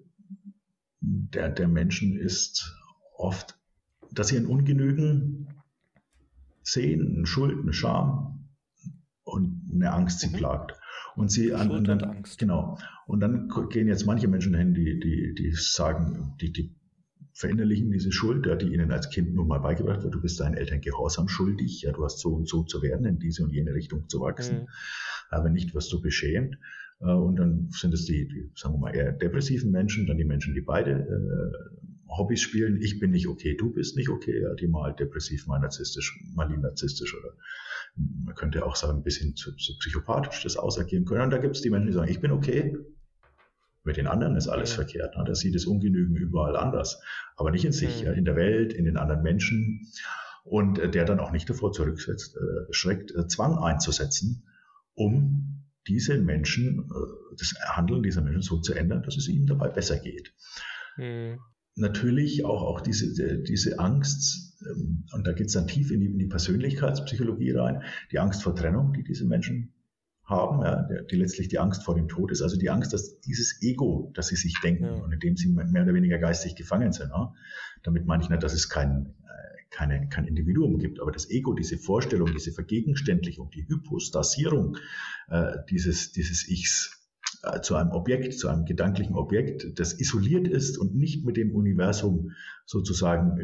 der Menschen ist oft, dass sie ein Ungenügen sehen, eine Schuld, eine Scham und eine Angst sie plagt. Und Angst. Genau. Und dann gehen jetzt manche Menschen hin, die sagen, die verinnerlichen diese Schuld, die ihnen als Kind nun mal beigebracht wird, du bist deinen Eltern gehorsam schuldig, ja, du hast so und so zu werden, in diese und jene Richtung zu wachsen, aber nicht wirst du beschämt. Und dann sind es die, sagen wir mal, eher depressiven Menschen, dann die Menschen, die beide Hobbys spielen. Ich bin nicht okay, du bist nicht okay, ja, die mal depressiv, mal narzisstisch, oder man könnte auch sagen, ein bisschen zu psychopathisch das ausagieren können. Und da gibt es die Menschen, die sagen, ich bin okay, mit den anderen ist alles verkehrt. Ne? Da sieht das Ungenügen überall anders, aber nicht in sich, ja, in der Welt, in den anderen Menschen. Und der dann auch nicht davor schreckt, Zwang einzusetzen, um diese Menschen, das Handeln dieser Menschen so zu ändern, dass es ihnen dabei besser geht. Natürlich auch diese Angst, und da geht es dann tief in die Persönlichkeitspsychologie rein, die Angst vor Trennung, die diese Menschen haben, ja, die letztlich die Angst vor dem Tod ist, also die Angst, dass dieses Ego, das sie sich denken und in dem sie mehr oder weniger geistig gefangen sind. Ja. Damit meine ich nicht, dass es kein Individuum gibt, aber das Ego, diese Vorstellung, diese Vergegenständlichung, die Hypostasierung dieses Ichs zu einem Objekt, zu einem gedanklichen Objekt, das isoliert ist und nicht mit dem Universum sozusagen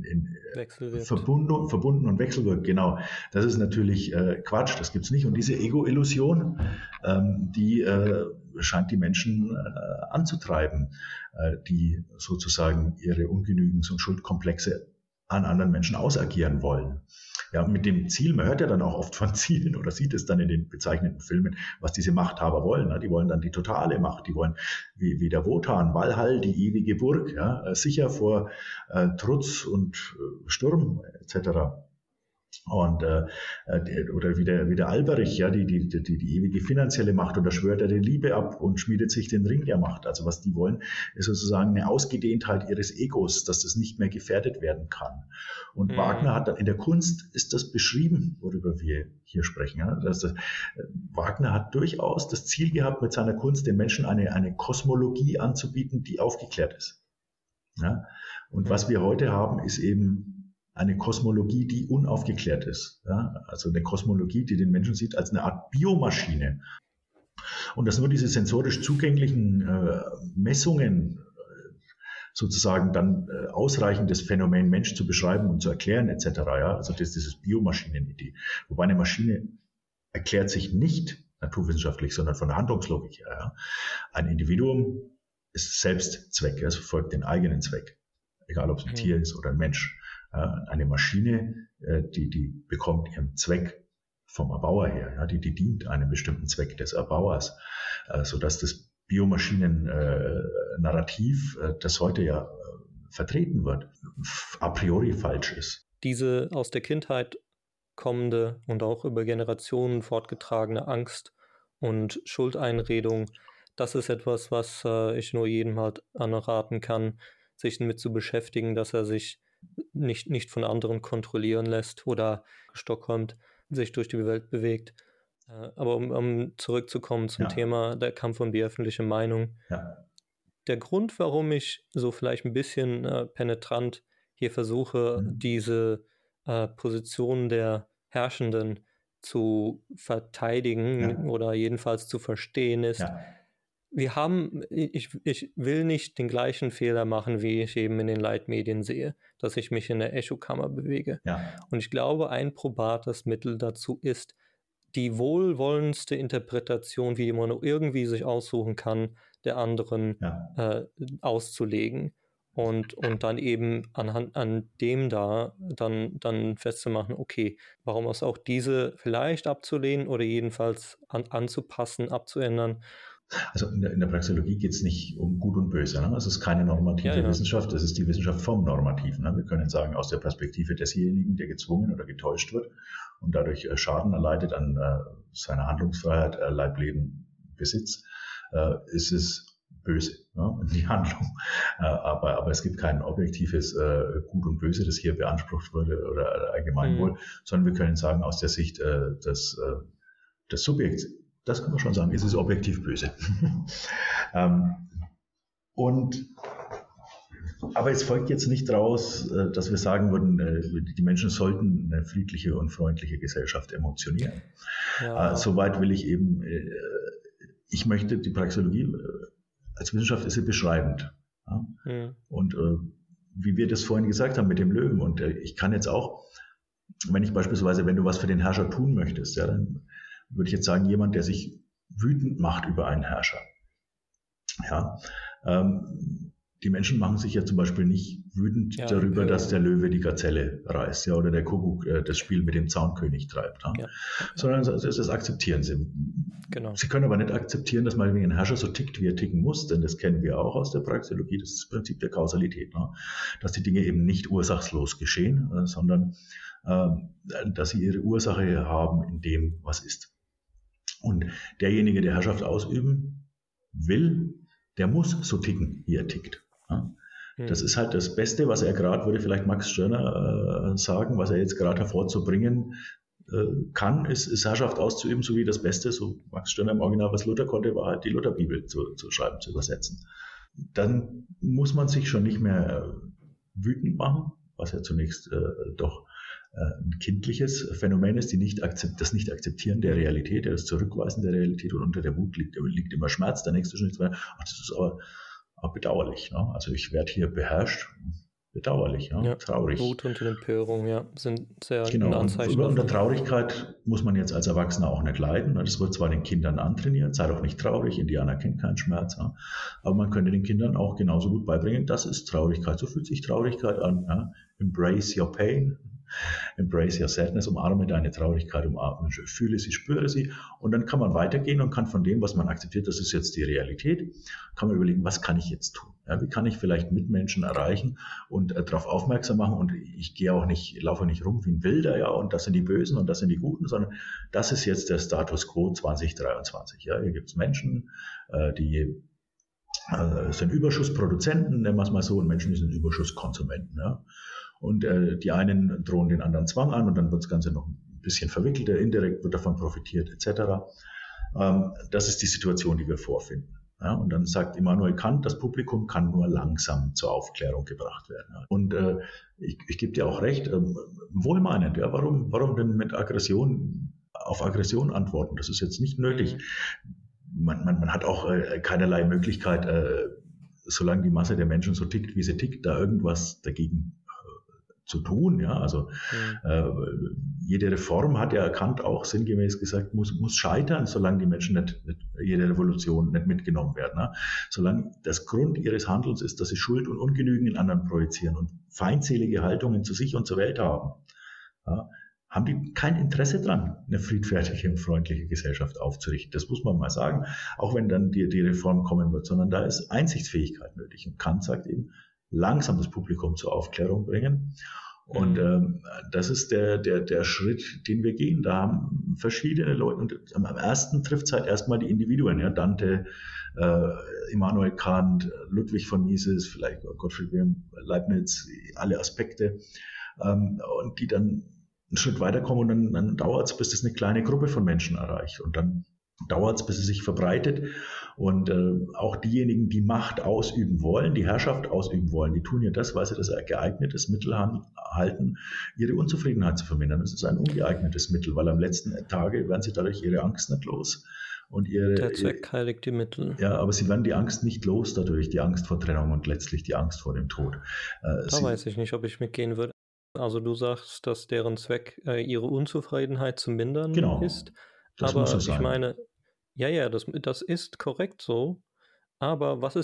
verbunden und wechselwirkt. Genau, das ist natürlich Quatsch, das gibt's nicht. Und diese Ego-Illusion, die scheint die Menschen anzutreiben, die sozusagen ihre Ungenügens- und Schuldkomplexe an anderen Menschen ausagieren wollen. Ja, mit dem Ziel, man hört ja dann auch oft von Zielen oder sieht es dann in den bezeichneten Filmen, was diese Machthaber wollen. Ja, die wollen dann die totale Macht, die wollen wie der Wotan, Valhall, die ewige Burg, ja, sicher vor Trutz und Sturm etc. Und oder wie der Alberich, ja, die ewige finanzielle Macht, und da schwört er die Liebe ab und schmiedet sich den Ring der Macht. Also was die wollen, ist sozusagen eine Ausgedehntheit ihres Egos, dass das nicht mehr gefährdet werden kann. Und Wagner hat dann in der Kunst ist das beschrieben, worüber wir hier sprechen. Ja? Wagner hat durchaus das Ziel gehabt, mit seiner Kunst den Menschen eine Kosmologie anzubieten, die aufgeklärt ist. Ja? Und was wir heute haben, ist eben eine Kosmologie, die unaufgeklärt ist. Ja? Also eine Kosmologie, die den Menschen sieht als eine Art Biomaschine. Und dass nur diese sensorisch zugänglichen Messungen sozusagen dann ausreichen, das Phänomen Mensch zu beschreiben und zu erklären etc. Ja? Also das ist diese Biomaschinenidee. Wobei eine Maschine erklärt sich nicht naturwissenschaftlich, sondern von der Handlungslogik her. Ja? Ein Individuum ist Selbstzweck, es verfolgt den eigenen Zweck. Egal, ob es ein Tier ist oder ein Mensch. Eine Maschine, die bekommt ihren Zweck vom Erbauer her. Ja, die dient einem bestimmten Zweck des Erbauers, sodass das Biomaschinen-Narrativ, das heute ja vertreten wird, a priori falsch ist. Diese aus der Kindheit kommende und auch über Generationen fortgetragene Angst und Schuldeinredung, das ist etwas, was ich nur jedem halt anraten kann, sich damit zu beschäftigen, dass er sich nicht von anderen kontrollieren lässt oder gestockholmt sich durch die Welt bewegt. Aber um zurückzukommen zum Thema der Kampf um die öffentliche Meinung. Ja. Der Grund, warum ich so vielleicht ein bisschen penetrant hier versuche, diese Position der Herrschenden zu verteidigen oder jedenfalls zu verstehen, ist, ich will nicht den gleichen Fehler machen, wie ich eben in den Leitmedien sehe, dass ich mich in der Echokammer bewege. Ja. Und ich glaube, ein probates Mittel dazu ist, die wohlwollendste Interpretation, wie man irgendwie sich aussuchen kann, der anderen auszulegen. Und dann eben an dem dann festzumachen, okay, warum ist auch diese vielleicht abzulehnen oder jedenfalls anzupassen, abzuändern. Also in der Praxeologie geht es nicht um Gut und Böse. Ne? Es ist keine normative Wissenschaft, es ist die Wissenschaft vom Normativen. Ne? Wir können sagen, aus der Perspektive desjenigen, der gezwungen oder getäuscht wird und dadurch Schaden erleidet an seiner Handlungsfreiheit, Leib, Leben, Besitz, ist es böse, ne? Die Handlung. Aber es gibt kein objektives Gut und Böse, das hier beansprucht wurde oder Allgemeinwohl, sondern wir können sagen, aus der Sicht des Subjekts, das kann man schon sagen, es ist objektiv böse. Aber es folgt jetzt nicht daraus, dass wir sagen würden, die Menschen sollten eine friedliche und freundliche Gesellschaft emotionieren. Ja. Soweit will ich eben, ich möchte die Praxeologie als Wissenschaft ist sie beschreibend. Ja? Und wie wir das vorhin gesagt haben mit dem Löwen, und ich kann jetzt auch, wenn du was für den Herrscher tun möchtest, ja, dann würde ich jetzt sagen, jemand, der sich wütend macht über einen Herrscher. Ja, die Menschen machen sich ja zum Beispiel nicht wütend darüber, dass der Löwe die Gazelle reißt, ja, oder der Kuckuck das Spiel mit dem Zaunkönig treibt. Ja? Sondern das akzeptieren sie. Genau. Sie können aber nicht akzeptieren, dass mal ein Herrscher so tickt, wie er ticken muss, denn das kennen wir auch aus der Praxeologie, das ist das Prinzip der Kausalität, ne? Dass die Dinge eben nicht ursachslos geschehen, sondern dass sie ihre Ursache haben in dem, was ist. Und derjenige, der Herrschaft ausüben will, der muss so ticken, wie er tickt. Ja? Das ist halt das Beste, was er gerade, würde vielleicht Max Stirner sagen, was er jetzt gerade hervorzubringen, kann, ist Herrschaft auszuüben, so wie das Beste, so Max Stirner im Original, was Luther konnte, war halt die Lutherbibel zu schreiben, zu übersetzen. Dann muss man sich schon nicht mehr wütend machen, was ja zunächst doch ein kindliches Phänomen ist, das Nicht-Akzeptieren der Realität, das Zurückweisen der Realität, und unter der Wut liegt immer Schmerz. Der nächste Schritt ist, das ist aber bedauerlich. Ne? Also ich werde hier beherrscht, bedauerlich, Ja, traurig. Wut und Empörung, ja, sind sehr ein Genau, Anzeichen und unter davon. Traurigkeit muss man jetzt als Erwachsener auch nicht leiden. Das wird zwar den Kindern antrainiert, sei doch nicht traurig, Indianer kennt keinen Schmerz, aber man könnte den Kindern auch genauso gut beibringen, das ist Traurigkeit, so fühlt sich Traurigkeit an. Ja? Embrace your pain, embrace your sadness, umarme deine Traurigkeit, fühle sie, spüre sie, und dann kann man weitergehen und kann von dem, was man akzeptiert, das ist jetzt die Realität, kann man überlegen, was kann ich jetzt tun? Ja, wie kann ich vielleicht Mitmenschen erreichen und darauf aufmerksam machen, und ich laufe nicht rum wie ein Wilder, ja, und das sind die Bösen und das sind die Guten, sondern das ist jetzt der Status quo 2023. Ja, hier gibt es Menschen, die sind Überschussproduzenten, nennen wir es mal so, und Menschen, die sind Überschusskonsumenten. Ja. Und die einen drohen den anderen Zwang an, und dann wird das Ganze noch ein bisschen verwickelter, indirekt wird davon profitiert, etc. Das ist die Situation, die wir vorfinden. Ja, und dann sagt Immanuel Kant, das Publikum kann nur langsam zur Aufklärung gebracht werden. Ja. Und ich gebe dir auch recht, wohlmeinend, ja, warum denn mit auf Aggression antworten? Das ist jetzt nicht nötig. Man hat auch keinerlei Möglichkeit, solange die Masse der Menschen so tickt, wie sie tickt, da irgendwas dagegen zu tun. Ja? Also jede Reform, hat ja Kant auch sinngemäß gesagt, muss scheitern, solange die Menschen jede Revolution nicht mitgenommen werden. Ne? Solange das Grund ihres Handelns ist, dass sie Schuld und Ungenügen in anderen projizieren und feindselige Haltungen zu sich und zur Welt haben, ja, haben die kein Interesse dran, eine friedfertige und freundliche Gesellschaft aufzurichten. Das muss man mal sagen, auch wenn dann die Reform kommen wird, sondern da ist Einsichtsfähigkeit nötig. Und Kant sagt eben, langsam das Publikum zur Aufklärung bringen. Und das ist der Schritt, den wir gehen. Da haben verschiedene Leute, und am ersten trifft es halt erstmal die Individuen, ja, Dante, Immanuel Kant, Ludwig von Mises, vielleicht Gottfried Wilhelm Leibniz, alle Aspekte, und die dann einen Schritt weiterkommen, und dann dauert es, bis das eine kleine Gruppe von Menschen erreicht, und dann dauert es, bis es sich verbreitet, und auch diejenigen, die Macht ausüben wollen, die Herrschaft ausüben wollen, die tun ja das, weil sie das ein geeignetes Mittel halten, ihre Unzufriedenheit zu vermindern. Das ist ein ungeeignetes Mittel, weil am letzten Tage werden sie dadurch ihre Angst nicht los. Und der Zweck heiligt die Mittel. Ja, aber sie werden die Angst nicht los dadurch, die Angst vor Trennung und letztlich die Angst vor dem Tod. Weiß ich nicht, ob ich mitgehen würde. Also du sagst, dass deren Zweck ihre Unzufriedenheit zu mindern ist. Das aber muss so sein. Ich meine, ja, das ist korrekt so. Aber was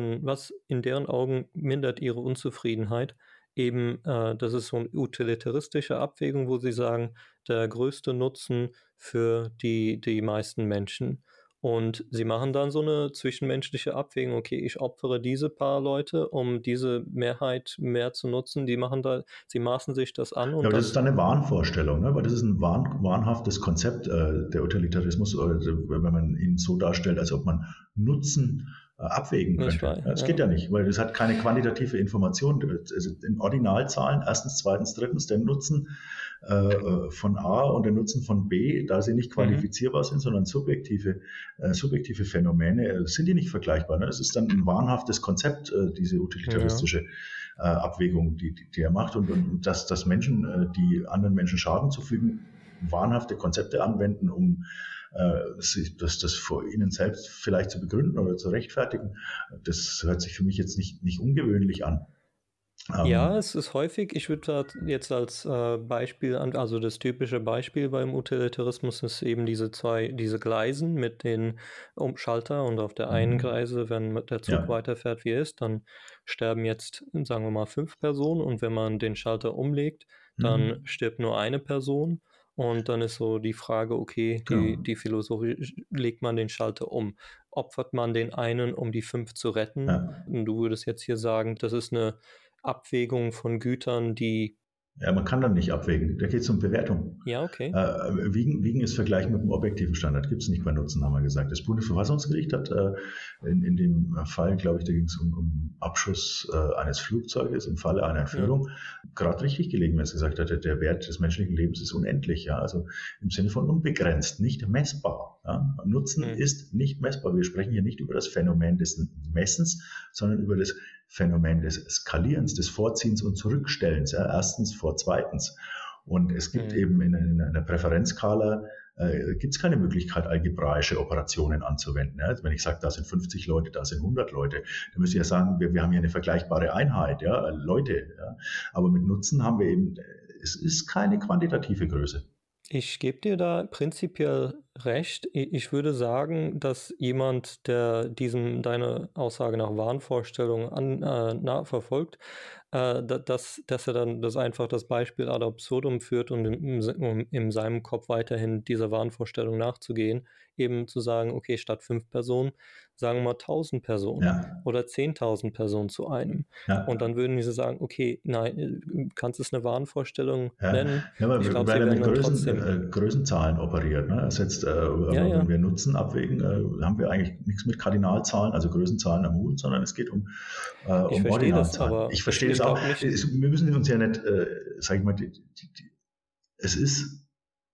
in deren Augen mindert ihre Unzufriedenheit? Eben, das ist so eine utilitaristische Abwägung, wo sie sagen, der größte Nutzen für die meisten Menschen. Und sie machen dann so eine zwischenmenschliche Abwägung, okay, ich opfere diese paar Leute, um diese Mehrheit mehr zu nutzen. Sie maßen sich das an. Und ja, aber das ist dann eine Wahnvorstellung, ne? Weil das ist ein wahnhaftes Konzept, der Utilitarismus, wenn man ihn so darstellt, als ob man Nutzen abwägen könnte. Das geht ja nicht, weil das hat keine quantitative Information. Also in Ordinalzahlen, erstens, zweitens, drittens, der Nutzen von A und der Nutzen von B, da sie nicht quantifizierbar sind, sondern subjektive Phänomene, sind die nicht vergleichbar. Ne? Das ist dann ein wahnhaftes Konzept, diese utilitaristische Abwägung, die er macht, und dass Menschen, die anderen Menschen Schaden zufügen, wahnhafte Konzepte anwenden, um das vor ihnen selbst vielleicht zu begründen oder zu rechtfertigen. Das hört sich für mich jetzt nicht ungewöhnlich an. Ja, es ist häufig. Ich würde da jetzt als Beispiel also das typische Beispiel beim Utilitarismus ist eben diese Gleisen mit den Schalter, und auf der einen Gleise, wenn der Zug weiterfährt, wie er ist, dann sterben jetzt, sagen wir mal, 5 Personen, und wenn man den Schalter umlegt, dann stirbt nur eine Person. Und dann ist so die Frage, okay, die Philosophie, legt man den Schalter um? Opfert man den einen, um die 5 zu retten? Ja. Und du würdest jetzt hier sagen, das ist eine Abwägung von Gütern, die Ja, man kann dann nicht abwägen. Da geht es um Bewertung. Ja, okay. Wiegen ist Vergleich mit dem objektiven Standard. Gibt es nicht bei Nutzen, haben wir gesagt. Das Bundesverfassungsgericht hat in dem Fall, glaube ich, da ging es um Abschuss eines Flugzeuges im Falle einer Entführung, gerade richtig gelegen, wenn es gesagt hat, der Wert des menschlichen Lebens ist unendlich. Ja? Also im Sinne von unbegrenzt, nicht messbar. Ja? Nutzen ist nicht messbar. Wir sprechen hier nicht über das Phänomen des Messens, sondern über das Phänomen des Skalierens, des Vorziehens und Zurückstellens, ja, erstens vor zweitens. Und es gibt eben in einer Präferenzskala gibt es keine Möglichkeit, algebraische Operationen anzuwenden. Ja. Also wenn ich sage, da sind 50 Leute, da sind 100 Leute, dann müsste ich ja sagen, wir haben hier eine vergleichbare Einheit, ja, Leute. Ja. Aber mit Nutzen haben wir eben, es ist keine quantitative Größe. Ich gebe dir da prinzipiell recht. Ich würde sagen, dass jemand, der deine Aussage nach Wahnvorstellungen verfolgt, dass er dann einfach das Beispiel ad absurdum führt, um in seinem Kopf weiterhin dieser Wahnvorstellung nachzugehen, eben zu sagen, okay, statt 5 Personen, sagen wir mal 1000 Personen oder 10.000 Personen zu einem. Ja. Und dann würden diese sagen, okay, nein, kannst du es eine Wahnvorstellung nennen? Ja, aber weil er mit Größenzahlen operiert. Ne? Wenn wir Nutzen abwägen, haben wir eigentlich nichts mit Kardinalzahlen, also Größenzahlen am Hut, sondern es geht um Ordinalzahlen. Ich verstehe das auch. Wir müssen uns ja nicht, sag ich mal, es ist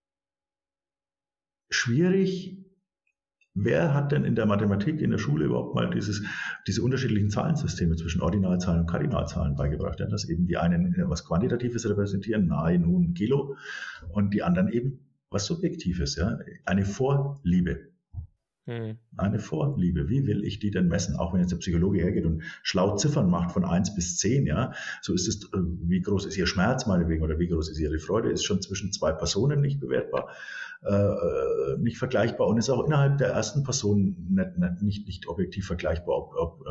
schwierig. Wer hat denn in der Mathematik in der Schule überhaupt mal diese unterschiedlichen Zahlensysteme zwischen Ordinalzahlen und Kardinalzahlen beigebracht? Ja, dass eben die einen was Quantitatives repräsentieren, nahe, nun, Kilo, und die anderen eben was Subjektives, ja, eine Vorliebe. Eine Vorliebe. Wie will ich die denn messen? Auch wenn jetzt der Psychologe hergeht und schlau Ziffern macht von 1 bis 10, ja, so ist es, wie groß ist ihr Schmerz meinetwegen oder wie groß ist ihre Freude, ist schon zwischen 2 Personen nicht bewertbar, nicht vergleichbar und ist auch innerhalb der ersten Person nicht objektiv vergleichbar, ob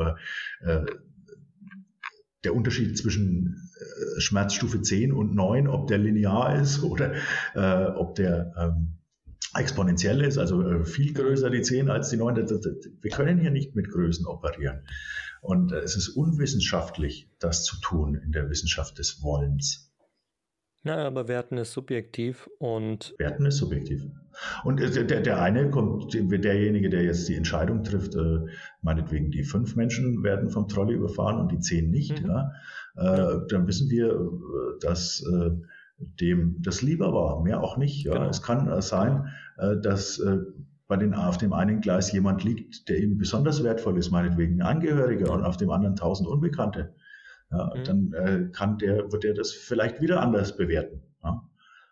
der Unterschied zwischen Schmerzstufe 10 und 9, ob der linear ist oder ob der exponentiell ist, also viel größer die 10 als die 9. Wir können hier nicht mit Größen operieren. Und es ist unwissenschaftlich, das zu tun in der Wissenschaft des Wollens. Naja, aber Werten ist subjektiv und... Werten ist subjektiv. Und der eine kommt, derjenige, der jetzt die Entscheidung trifft, meinetwegen die 5 Menschen werden vom Trolley überfahren und die 10 nicht, dann wissen wir, dass dem das lieber war, mehr auch nicht. Ja. Genau. Es kann sein, dass auf dem einen Gleis jemand liegt, der ihm besonders wertvoll ist, meinetwegen ein Angehöriger, und auf dem anderen 1000 Unbekannte. Ja, dann wird er das vielleicht wieder anders bewerten. Ja.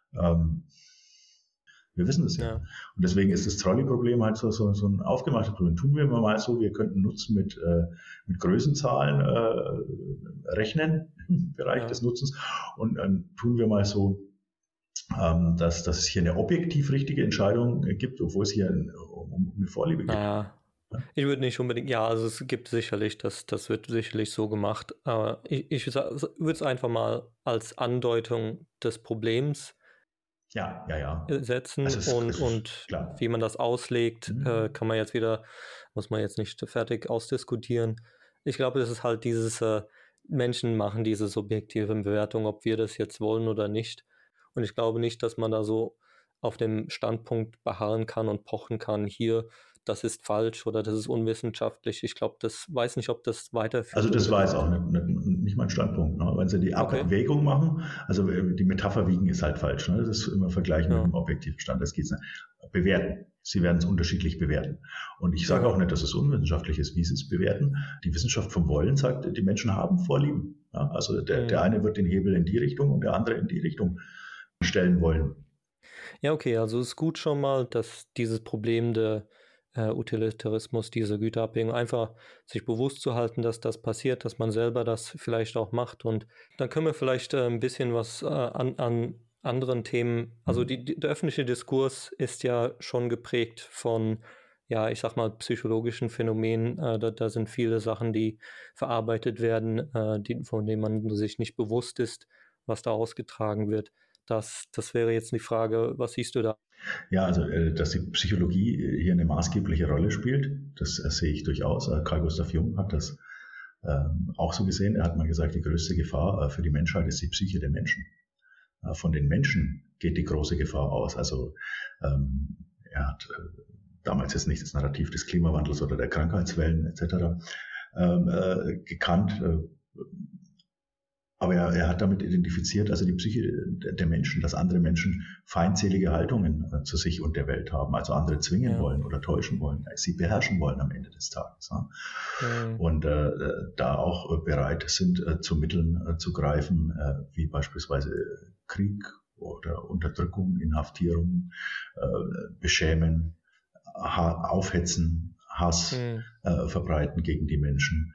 Wir wissen es ja. Und deswegen ist das Trolley-Problem halt so ein aufgemachtes Problem. Tun wir mal so, wir könnten Nutzen mit Größenzahlen rechnen im Bereich des Nutzens, und dann tun wir mal so, dass es hier eine objektiv richtige Entscheidung gibt, obwohl es hier um eine Vorliebe geht. Ja. Ich würde nicht unbedingt, also es gibt sicherlich, das wird sicherlich so gemacht, aber ich würde es einfach mal als Andeutung des Problems setzen, und wie man das auslegt, kann man jetzt wieder, muss man jetzt nicht fertig ausdiskutieren. Ich glaube, das ist halt dieses, Menschen machen diese subjektive Bewertung, ob wir das jetzt wollen oder nicht. Und ich glaube nicht, dass man da so auf dem Standpunkt beharren kann und pochen kann, hier, das ist falsch oder das ist unwissenschaftlich. Ich glaube, weiß nicht, ob das weiterführt. Also das war jetzt auch nicht mein Standpunkt. Ne? Wenn Sie die Abwägung machen, also die Metapher wiegen ist halt falsch. Ne? Das ist immer vergleichen mit dem objektiven Stand. Das geht's nicht. Bewerten. Sie werden es unterschiedlich bewerten. Und ich sage auch nicht, dass es unwissenschaftlich ist, wie Sie es bewerten. Die Wissenschaft vom Wollen sagt, die Menschen haben Vorlieben. Ja? Also der eine wird den Hebel in die Richtung und der andere in die Richtung stellen wollen. Ja, okay, also es ist gut schon mal, dass dieses Problem der Utilitarismus, diese Güterabwägung, einfach sich bewusst zu halten, dass das passiert, dass man selber das vielleicht auch macht. Und dann können wir vielleicht ein bisschen was an anderen Themen, also der öffentliche Diskurs ist ja schon geprägt von, ja, ich sag mal, psychologischen Phänomenen. Da sind viele Sachen, die verarbeitet werden, von denen man sich nicht bewusst ist, was da ausgetragen wird. Das wäre jetzt die Frage, was siehst du da? Ja, also dass die Psychologie hier eine maßgebliche Rolle spielt, das sehe ich durchaus. Carl Gustav Jung hat das auch so gesehen. Er hat mal gesagt, die größte Gefahr für die Menschheit ist die Psyche der Menschen. von den Menschen geht die große Gefahr aus. Also er hat damals jetzt nicht das Narrativ des Klimawandels oder der Krankheitswellen etc. Gekannt, aber er hat damit identifiziert, also die Psyche der Menschen, dass andere Menschen feindselige Haltungen zu sich und der Welt haben, also andere zwingen wollen oder täuschen wollen, sie beherrschen wollen am Ende des Tages. Und da auch bereit sind, zu Mitteln zu greifen, wie beispielsweise Krieg oder Unterdrückung, Inhaftierung, Beschämen, Aufhetzen, Hass verbreiten gegen die Menschen.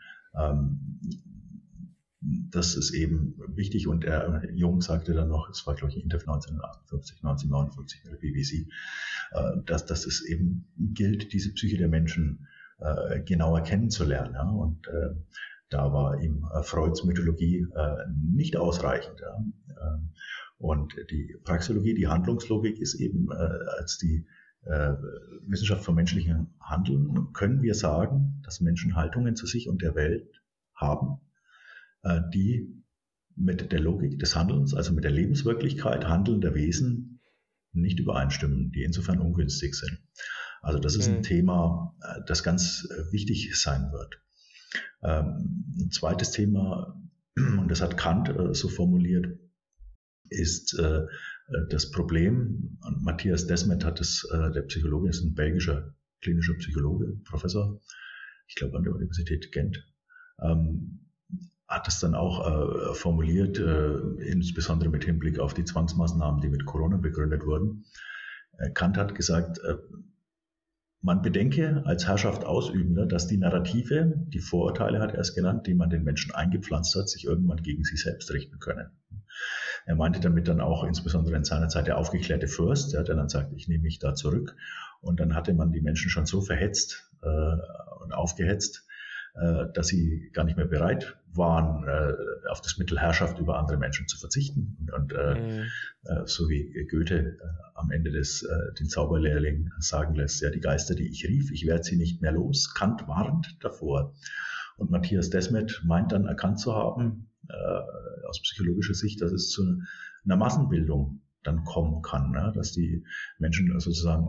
Das ist eben wichtig. Und Jung sagte dann noch, es war glaube ich ein Interview 1959 mit der BBC, dass es eben gilt, diese Psyche der Menschen genauer kennenzulernen. Ja? Und da war ihm Freuds Mythologie nicht ausreichend. Ja? Und die Praxeologie, die Handlungslogik ist eben als die Wissenschaft vom menschlichen Handeln, können wir sagen, dass Menschen Haltungen zu sich und der Welt haben, die mit der Logik des Handelns, also mit der Lebenswirklichkeit handelnder Wesen nicht übereinstimmen, die insofern ungünstig sind. Also das ist ein Thema, das ganz wichtig sein wird. Ein zweites Thema, und das hat Kant so formuliert, ist das Problem, und Matthias Desmet hat es, der Psychologe, ist ein belgischer klinischer Psychologe, Professor, ich glaube an der Universität Gent, hat es dann auch formuliert, insbesondere mit Hinblick auf die Zwangsmaßnahmen, die mit Corona begründet wurden. Kant hat gesagt, man bedenke als Herrschaft Ausübender, dass die Narrative, die Vorurteile hat er es genannt, die man den Menschen eingepflanzt hat, sich irgendwann gegen sie selbst richten können. Er meinte damit dann auch insbesondere in seiner Zeit der aufgeklärte Fürst, der dann sagt, ich nehme mich da zurück. Und dann hatte man die Menschen schon so verhetzt und aufgehetzt, dass sie gar nicht mehr bereit waren, auf das Mittel Herrschaft über andere Menschen zu verzichten. Und so wie Goethe am Ende den Zauberlehrling sagen lässt, ja, die Geister, die ich rief, ich werde sie nicht mehr los. Kant warnt davor. Und Matthias Desmet meint dann erkannt zu haben, aus psychologischer Sicht, dass es zu einer Massenbildung dann kommen kann, ne? Dass die Menschen sozusagen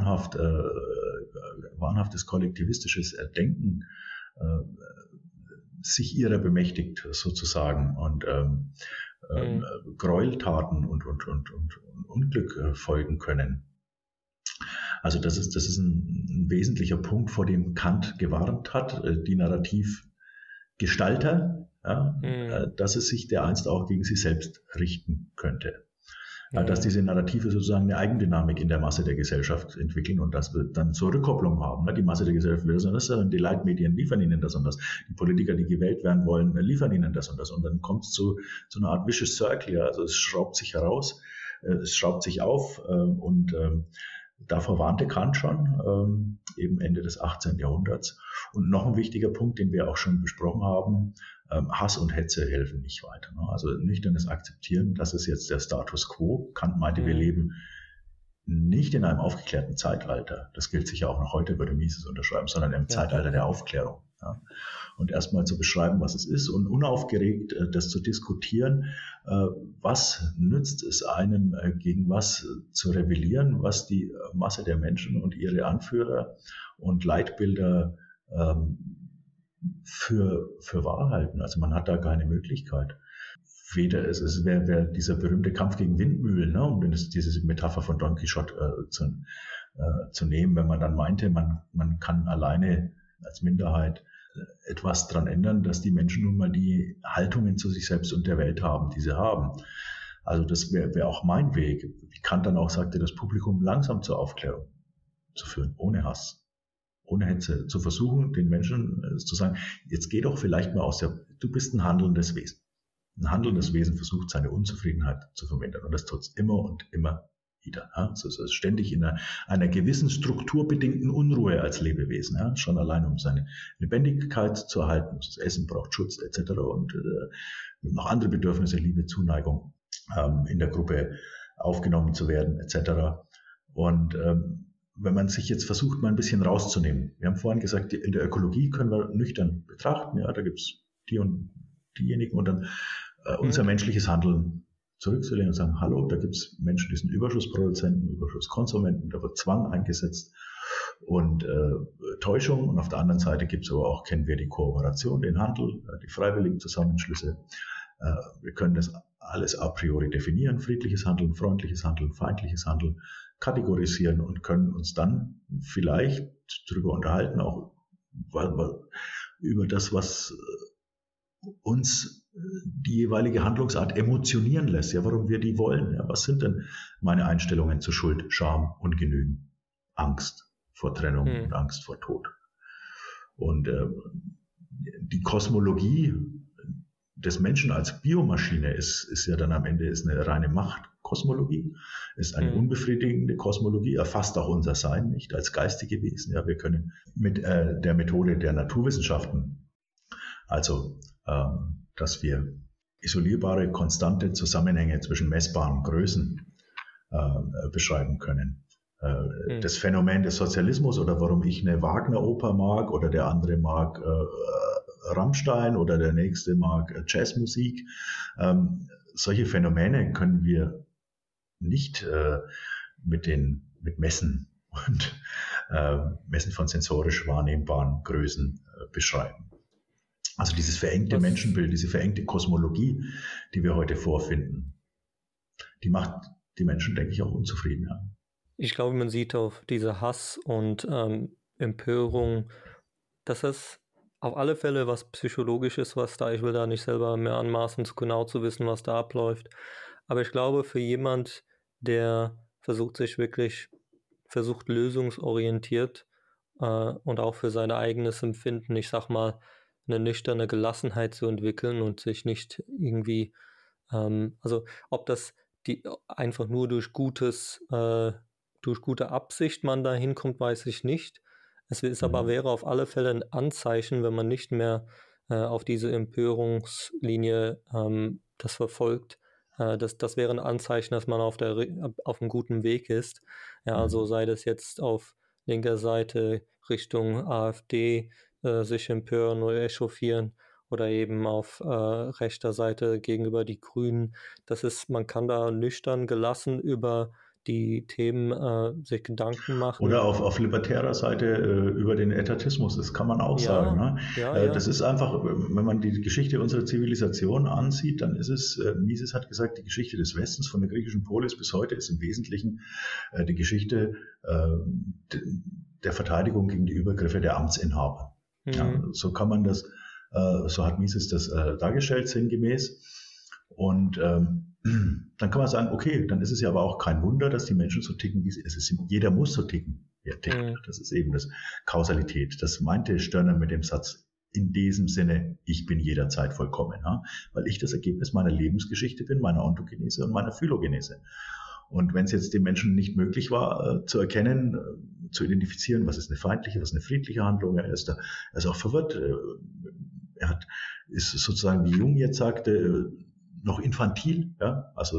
wahnhaftes kollektivistisches Denken sich ihrer bemächtigt sozusagen und Gräueltaten und Unglück folgen können. Also das ist ein wesentlicher Punkt, vor dem Kant gewarnt hat, die Narrativgestalter, dass es sich dereinst auch gegen sie selbst richten könnte. Dass diese Narrative sozusagen eine Eigendynamik in der Masse der Gesellschaft entwickeln und dass wir dann zur Rückkopplung haben. Die Masse der Gesellschaft will das und das, die Leitmedien liefern ihnen das und das. Die Politiker, die gewählt werden wollen, liefern ihnen das und das. Und dann kommt es zu einer Art Vicious Circle. Also es schraubt sich heraus, es schraubt sich auf und davor warnte Kant schon, eben Ende des 18. Jahrhunderts. Und noch ein wichtiger Punkt, den wir auch schon besprochen haben, Hass und Hetze helfen nicht weiter. Ne? Also nüchternes Akzeptieren, das ist jetzt der Status quo. Kant meinte, wir leben nicht in einem aufgeklärten Zeitalter. Das gilt sicher auch noch heute, würde Mises unterschreiben, sondern im Zeitalter der Aufklärung. Ja? Und erstmal zu beschreiben, was es ist und unaufgeregt das zu diskutieren, was nützt es einem, gegen was zu rebellieren, was die Masse der Menschen und ihre Anführer und Leitbilder für wahr halten. Also man hat da keine Möglichkeit. Weder es wäre dieser berühmte Kampf gegen Windmühlen, ne, um diese Metapher von Don Quixote zu nehmen, wenn man dann meinte, man kann alleine als Minderheit etwas dran ändern, dass die Menschen nun mal die Haltungen zu sich selbst und der Welt haben, die sie haben. Also das wäre auch mein Weg. Wie Kant dann auch sagte, das Publikum langsam zur Aufklärung zu führen, ohne Hass, ohne Hetze, zu versuchen, den Menschen zu sagen, jetzt geh doch vielleicht mal du bist ein handelndes Wesen. Ein handelndes Wesen versucht, seine Unzufriedenheit zu vermindern. Und das tut es immer und immer wieder. Ja? Also es ist ständig in einer gewissen strukturbedingten Unruhe als Lebewesen. Ja? Schon allein, um seine Lebendigkeit zu erhalten, muss es Essen, braucht Schutz etc. Und noch andere Bedürfnisse, Liebe, Zuneigung, in der Gruppe aufgenommen zu werden etc. Und wenn man sich jetzt versucht, mal ein bisschen rauszunehmen. Wir haben vorhin gesagt, in der Ökologie können wir nüchtern betrachten. Ja, da gibt es die und diejenigen und dann unser menschliches Handeln zurückzulehnen und sagen, hallo, da gibt es Menschen, die sind Überschussproduzenten, Überschusskonsumenten, da wird Zwang eingesetzt und Täuschung. Und auf der anderen Seite gibt es aber auch, kennen wir die Kooperation, den Handel, die freiwilligen Zusammenschlüsse. Wir können das alles a priori definieren, friedliches Handeln, freundliches Handeln, feindliches Handeln, kategorisieren und können uns dann vielleicht darüber unterhalten, auch über das, was uns die jeweilige Handlungsart emotionieren lässt, ja, warum wir die wollen. Ja, was sind denn meine Einstellungen zu Schuld, Scham und Genügen? Angst vor Trennung und Angst vor Tod. Und die Kosmologie des Menschen als Biomaschine ist ja dann am Ende ist eine reine Machtkosmologie, ist eine unbefriedigende Kosmologie, erfasst auch unser Sein nicht als geistige Wesen. Ja, wir können mit der Methode der Naturwissenschaften, also dass wir isolierbare, konstante Zusammenhänge zwischen messbaren Größen beschreiben können. Das Phänomen des Sozialismus oder warum ich eine Wagner-Oper mag oder der andere mag Rammstein oder der nächste mag Jazzmusik. Solche Phänomene können wir nicht mit Messen und Messen von sensorisch wahrnehmbaren Größen beschreiben. Also dieses verengte Menschenbild, diese verengte Kosmologie, die wir heute vorfinden, die macht die Menschen, denke ich, auch unzufrieden. Ja. Ich glaube, man sieht auf diese Hass und Empörung, dass es auf alle Fälle was Psychologisches, was da, ich will da nicht selber mehr anmaßen, zu genau zu wissen, was da abläuft. Aber ich glaube, für jemand, der versucht lösungsorientiert und auch für sein eigenes Empfinden, ich sag mal, eine nüchterne Gelassenheit zu entwickeln und sich nicht irgendwie, also ob das einfach nur durch gute Absicht man da hinkommt, weiß ich nicht. Es ist aber wäre auf alle Fälle ein Anzeichen, wenn man nicht mehr auf diese Empörungslinie das verfolgt. Das wäre ein Anzeichen, dass man auf einem guten Weg ist. Ja, also sei das jetzt auf linker Seite Richtung AfD sich empören oder echauffieren oder eben auf rechter Seite gegenüber die Grünen. Man kann da nüchtern, gelassen über die Themen sich Gedanken machen. Oder auf libertärer Seite über den Etatismus, das kann man auch sagen. Ne? Das ist einfach, wenn man die Geschichte unserer Zivilisation ansieht, dann ist es, Mises hat gesagt, die Geschichte des Westens von der griechischen Polis bis heute ist im Wesentlichen die Geschichte der Verteidigung gegen die Übergriffe der Amtsinhaber. Ja, so kann man das, so hat Mises das dargestellt, sinngemäß. Und dann kann man sagen, okay, dann ist es ja aber auch kein Wunder, dass die Menschen so ticken, wie sie es jeder muss so ticken, wie er tickt. Das ist eben das Kausalität. Das meinte Stirner mit dem Satz, in diesem Sinne, ich bin jederzeit vollkommen, ja? Weil ich das Ergebnis meiner Lebensgeschichte bin, meiner Ontogenese und meiner Phylogenese. Und wenn es jetzt dem Menschen nicht möglich war, zu erkennen, zu identifizieren, was ist eine feindliche, was ist eine friedliche Handlung, er ist auch verwirrt. Ist sozusagen, wie Jung jetzt sagte, noch infantil, ja, also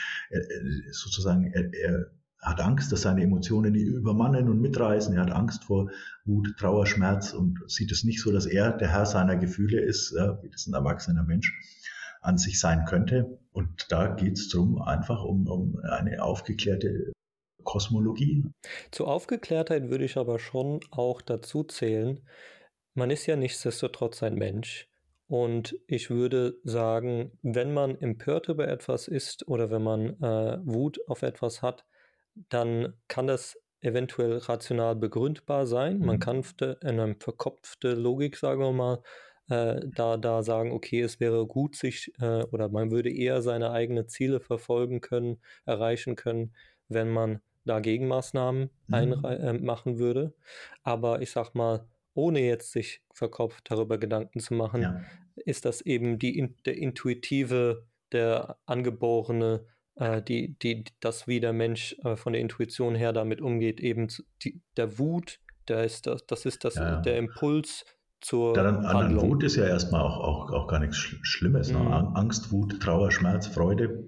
er hat Angst, dass seine Emotionen ihn übermannen und mitreißen, er hat Angst vor Wut, Trauer, Schmerz und sieht es nicht so, dass er der Herr seiner Gefühle ist, ja, wie das ein erwachsener Mensch an sich sein könnte. Und da geht es darum, einfach um eine aufgeklärte Kosmologie. Zur Aufgeklärtheit würde ich aber schon auch dazu zählen, man ist ja nichtsdestotrotz ein Mensch. Und ich würde sagen, wenn man empört über etwas ist oder wenn man Wut auf etwas hat, dann kann das eventuell rational begründbar sein. Man kann in einer verkopften Logik, sagen wir mal, da sagen, okay, es wäre gut, oder man würde eher seine eigenen Ziele verfolgen können, erreichen können, wenn man da Gegenmaßnahmen machen würde. Aber ich sag mal, ohne jetzt sich verkopft darüber Gedanken zu machen, ist das eben der intuitive, der angeborene, das wie der Mensch von der Intuition her damit umgeht, eben der Wut, der Impuls zur Handlung. Wut ist ja erstmal auch gar nichts Schlimmes. Ne? Angst, Wut, Trauer, Schmerz, Freude,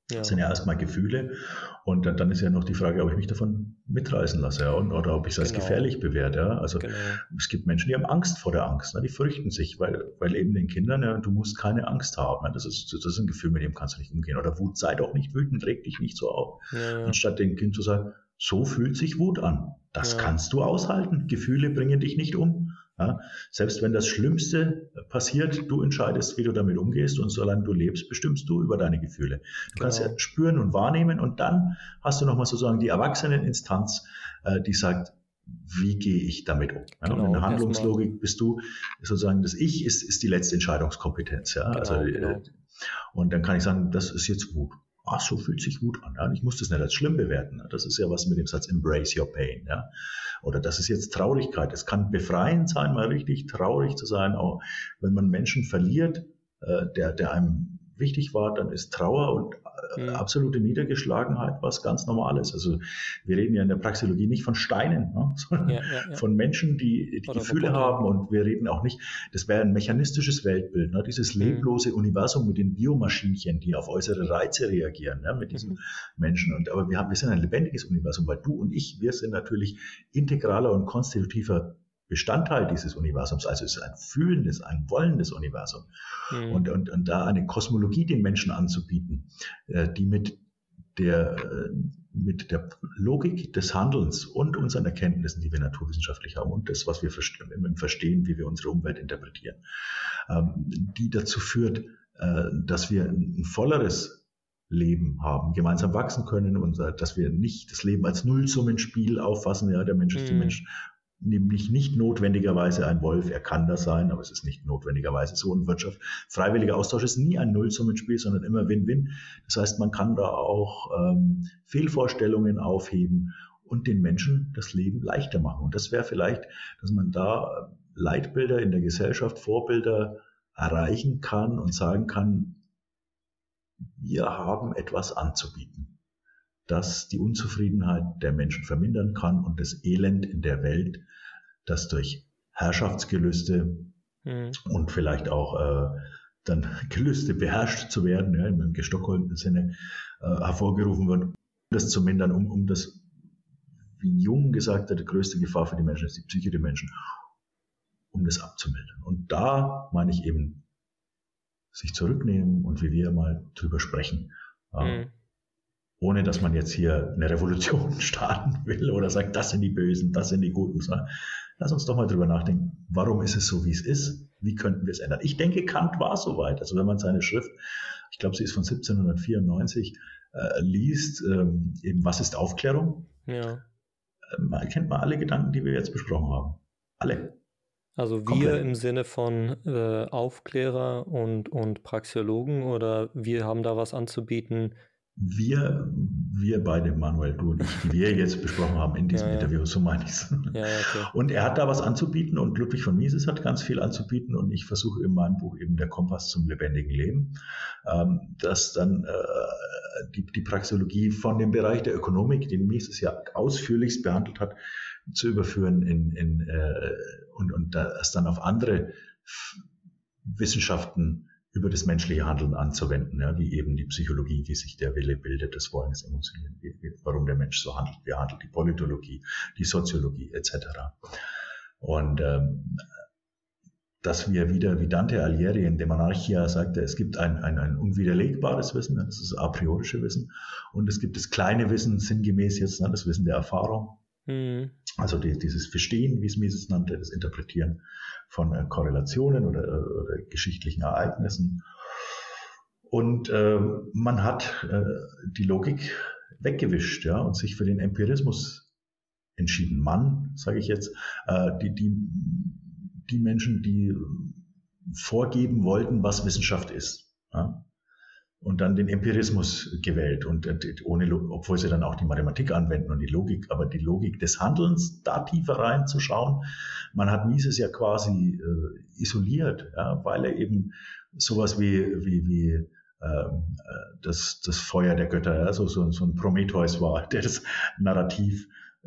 Das sind ja erstmal Gefühle und dann ist ja noch die Frage, ob ich mich davon mitreißen lasse, ja, oder ob ich es als gefährlich bewerte. Ja. Also es gibt Menschen, die haben Angst vor der Angst, ne, die fürchten sich, weil eben den Kindern, ja, du musst keine Angst haben. Ja. Das ist ein Gefühl, mit dem kannst du nicht umgehen. Oder Wut, sei doch nicht wütend, reg dich nicht so auf. Ja. Anstatt dem Kind zu sagen, so fühlt sich Wut an. Das kannst du aushalten. Gefühle bringen dich nicht um. Ja, selbst wenn das Schlimmste passiert, du entscheidest, wie du damit umgehst und solange du lebst, bestimmst du über deine Gefühle. Du kannst ja spüren und wahrnehmen und dann hast du nochmal sozusagen die Erwachseneninstanz, die sagt, wie gehe ich damit um? Ja, und in der Handlungslogik bist du sozusagen, das Ich ist die letzte Entscheidungskompetenz. Ja? Und dann kann ich sagen, das ist jetzt Wut. Ach, so fühlt sich Wut an. Ja? Ich muss das nicht als schlimm bewerten. Das ist ja was mit dem Satz Embrace your pain. Ja? Oder das ist jetzt Traurigkeit. Es kann befreiend sein, mal richtig traurig zu sein. Auch wenn man Menschen verliert, der einem wichtig war, dann ist Trauer und absolute Niedergeschlagenheit was ganz Normales. Also wir reden ja in der Praxeologie nicht von Steinen, ne, sondern von Menschen, die Gefühle haben, und wir reden auch nicht, das wäre ein mechanistisches Weltbild, ne, dieses leblose Universum mit den Biomaschinchen, die auf äußere Reize reagieren, ne, mit diesen Menschen. Aber wir sind ein lebendiges Universum, weil du und ich, wir sind natürlich integraler und konstitutiver Bestandteil dieses Universums, also es ist ein fühlendes, ein wollendes Universum. Und da eine Kosmologie den Menschen anzubieten, die mit der Logik des Handelns und unseren Erkenntnissen, die wir naturwissenschaftlich haben und das, was wir verstehen, wie wir unsere Umwelt interpretieren, die dazu führt, dass wir ein volleres Leben haben, gemeinsam wachsen können und dass wir nicht das Leben als Nullsummenspiel auffassen, ja, der Mensch ist die Mensch, nämlich nicht notwendigerweise ein Wolf, er kann das sein, aber es ist nicht notwendigerweise so in Wirtschaft. Freiwilliger Austausch ist nie ein Nullsummenspiel, sondern immer Win-Win. Das heißt, man kann da auch Fehlvorstellungen aufheben und den Menschen das Leben leichter machen. Und das wäre vielleicht, dass man da Leitbilder in der Gesellschaft, Vorbilder erreichen kann und sagen kann, wir haben etwas anzubieten, das die Unzufriedenheit der Menschen vermindern kann und das Elend in der Welt, das durch Herrschaftsgelüste und vielleicht auch dann Gelüste beherrscht zu werden, ja, im gestockholmten Sinne hervorgerufen wird, das zu mindern, um das, wie Jung gesagt hat, die größte Gefahr für die Menschen ist die Psyche der Menschen, um das abzumildern. Und da meine ich eben, sich zurücknehmen und wie wir mal drüber sprechen. Ohne dass man jetzt hier eine Revolution starten will oder sagt, das sind die Bösen, das sind die Guten. Lass uns doch mal drüber nachdenken, warum ist es so, wie es ist? Wie könnten wir es ändern? Ich denke, Kant war so weit. Also wenn man seine Schrift, ich glaube, sie ist von 1794, liest, eben was ist Aufklärung? Ja. Kennt man alle Gedanken, die wir jetzt besprochen haben. Alle. Also wir komplett. Im Sinne von Aufklärer und Praxeologen, oder wir haben da was anzubieten? Wir beide, Manuel, du und ich, die wir jetzt besprochen haben in diesem Interview, so meine ich es. Okay. Und er hat da was anzubieten und Ludwig von Mises hat ganz viel anzubieten und ich versuche in meinem Buch eben der Kompass zum lebendigen Leben, dass dann die Praxeologie von dem Bereich der Ökonomik, den Mises ja ausführlichst behandelt hat, zu überführen und das dann auf andere Wissenschaften über das menschliche Handeln anzuwenden, ja, wie eben die Psychologie, wie sich der Wille bildet, das Wollen, das Emotionieren, warum der Mensch so handelt, wie er handelt, die Politologie, die Soziologie etc. Und dass wir wieder, wie Dante Alighieri in De Monarchia sagte, es gibt ein unwiderlegbares Wissen, das ist das a priorische Wissen, und es gibt das kleine Wissen, sinngemäß jetzt, das Wissen der Erfahrung. Also dieses Verstehen, wie es Mises nannte, das Interpretieren von Korrelationen oder geschichtlichen Ereignissen. Und man hat die Logik weggewischt, ja, und sich für den Empirismus entschieden. Man, sage ich jetzt, die Menschen, die vorgeben wollten, was Wissenschaft ist. Ja. Und dann den Empirismus gewählt und obwohl sie dann auch die Mathematik anwenden und die Logik, aber die Logik des Handelns, da tiefer reinzuschauen. Man hat Mises ja quasi isoliert, ja, weil er eben sowas wie das Feuer der Götter, ja, so ein Prometheus war, der das Narrativ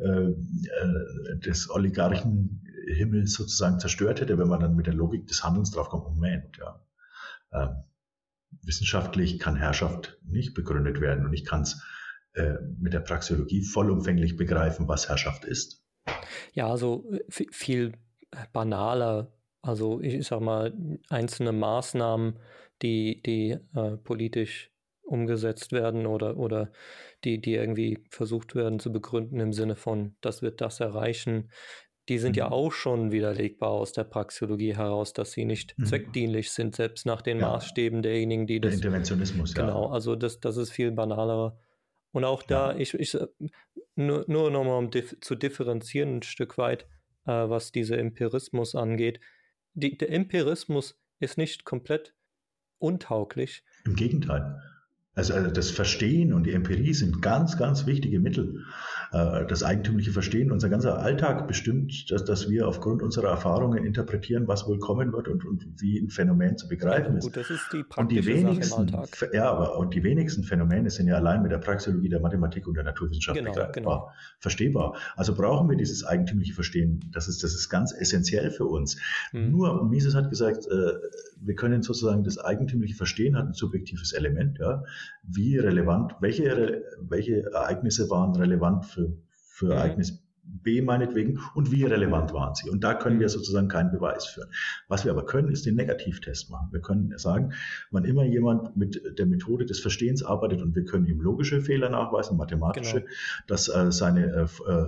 des Oligarchenhimmels sozusagen zerstört hätte, wenn man dann mit der Logik des Handelns draufkommt, Moment, ja. wissenschaftlich kann Herrschaft nicht begründet werden und ich kann es mit der Praxeologie vollumfänglich begreifen, was Herrschaft ist. Ja, also viel banaler. Also ich sag mal, einzelne Maßnahmen, die politisch umgesetzt werden oder die irgendwie versucht werden zu begründen im Sinne von, das wird das erreichen, die sind ja auch schon widerlegbar aus der Praxeologie heraus, dass sie nicht zweckdienlich sind, selbst nach den Maßstäben derjenigen, die das... Der Interventionismus, Genau, also das ist viel banaler. Und auch da, nur nochmal, um zu differenzieren ein Stück weit, was diese Empirismus angeht. Der Empirismus ist nicht komplett untauglich. Im Gegenteil. Also das Verstehen und die Empirie sind ganz, ganz wichtige Mittel. Das eigentümliche Verstehen, unser ganzer Alltag bestimmt, dass wir aufgrund unserer Erfahrungen interpretieren, was wohl kommen wird und wie ein Phänomen zu begreifen ist. Gut, das ist die praktische Sache im Alltag. Und die wenigsten Phänomene sind ja allein mit der Praxeologie, der Mathematik und der Naturwissenschaft verstehbar. Also brauchen wir dieses eigentümliche Verstehen. Das ist ganz essentiell für uns. Nur, Mises hat gesagt, wir können sozusagen das eigentümliche Verstehen hat ein subjektives Element, ja. Wie relevant, welche Ereignisse waren relevant für Ereignis B meinetwegen und wie relevant waren sie. Und da können wir sozusagen keinen Beweis führen. Was wir aber können, ist den Negativtest machen. Wir können sagen, wann immer jemand mit der Methode des Verstehens arbeitet und wir können ihm logische Fehler nachweisen, mathematische, dass seine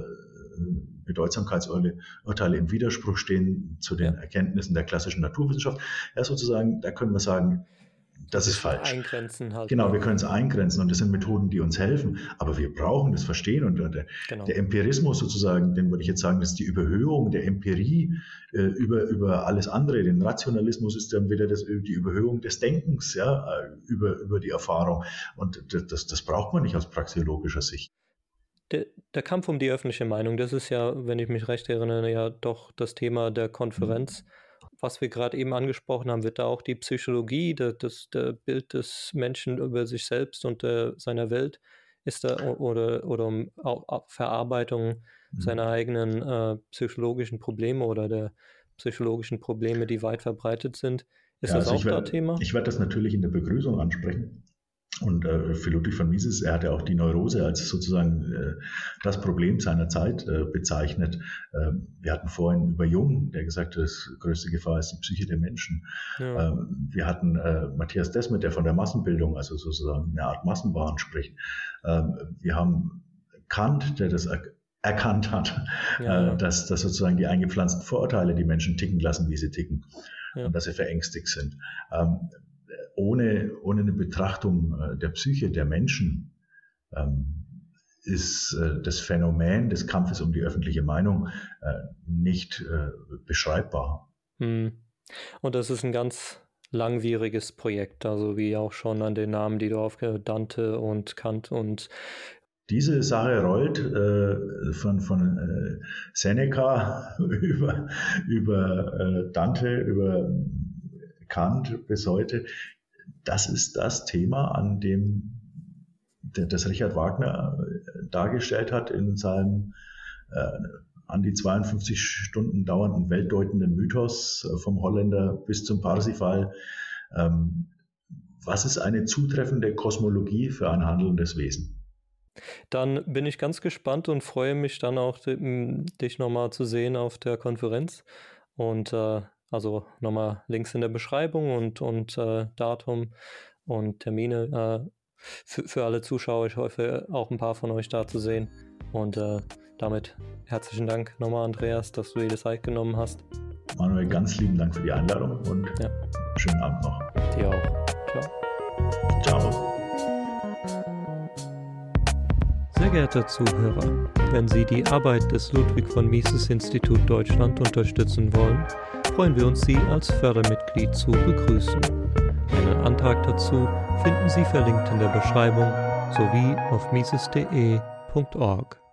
Bedeutsamkeitsurteile im Widerspruch stehen zu den Erkenntnissen der klassischen Naturwissenschaft. Ja, sozusagen, da können wir sagen, das ist falsch. Eingrenzen halt. Genau, wir können es eingrenzen und das sind Methoden, die uns helfen, aber wir brauchen das Verstehen und der Empirismus sozusagen, den würde ich jetzt sagen, das ist die Überhöhung der Empirie über alles andere. Den Rationalismus ist dann wieder die Überhöhung des Denkens, ja, über die Erfahrung und das braucht man nicht aus praxeologischer Sicht. Der Kampf um die öffentliche Meinung, das ist ja, wenn ich mich recht erinnere, ja doch das Thema der Konferenz. Was wir gerade eben angesprochen haben, wird da auch die Psychologie, das Bild des Menschen über sich selbst und seiner Welt ist da oder um Verarbeitung seiner eigenen psychologischen Probleme oder der psychologischen Probleme, die weit verbreitet sind. Ist das auch da Thema? Ich werde das natürlich in der Begrüßung ansprechen. Und für Ludwig von Mises, er hat ja auch die Neurose als sozusagen das Problem seiner Zeit bezeichnet. Wir hatten vorhin über Jung, der gesagt hat, das größte Gefahr ist die Psyche der Menschen. Ja. Wir hatten Matthias Desmet, der von der Massenbildung, also sozusagen eine Art Massenwahn spricht. Wir haben Kant, der das erkannt hat, dass sozusagen die eingepflanzten Vorurteile die Menschen ticken lassen, wie sie ticken, und dass sie verängstigt sind. Ohne eine Betrachtung der Psyche der Menschen ist das Phänomen des Kampfes um die öffentliche Meinung nicht beschreibbar. Und das ist ein ganz langwieriges Projekt, also wie auch schon an den Namen, die du aufgehört hast, Dante und Kant und diese Sache rollt von Seneca über Dante, über Kant bis heute. Das ist das Thema, an dem das Richard Wagner dargestellt hat in seinem an die 52 Stunden dauernden weltdeutenden Mythos vom Holländer bis zum Parsifal. Was ist eine zutreffende Kosmologie für ein handelndes Wesen? Dann bin ich ganz gespannt und freue mich dann auch, dich nochmal zu sehen auf der Konferenz. Und also nochmal Links in der Beschreibung und Datum und Termine für alle Zuschauer. Ich hoffe, auch ein paar von euch da zu sehen. Und damit herzlichen Dank nochmal, Andreas, dass du dir die Zeit genommen hast. Manuel, ganz lieben Dank für die Einladung und schönen Abend noch. Dir auch. Ciao. Ciao. Sehr geehrter Zuhörer, wenn Sie die Arbeit des Ludwig von Mises Institut Deutschland unterstützen wollen, freuen wir uns, Sie als Fördermitglied zu begrüßen. Einen Antrag dazu finden Sie verlinkt in der Beschreibung sowie auf mises.de.org.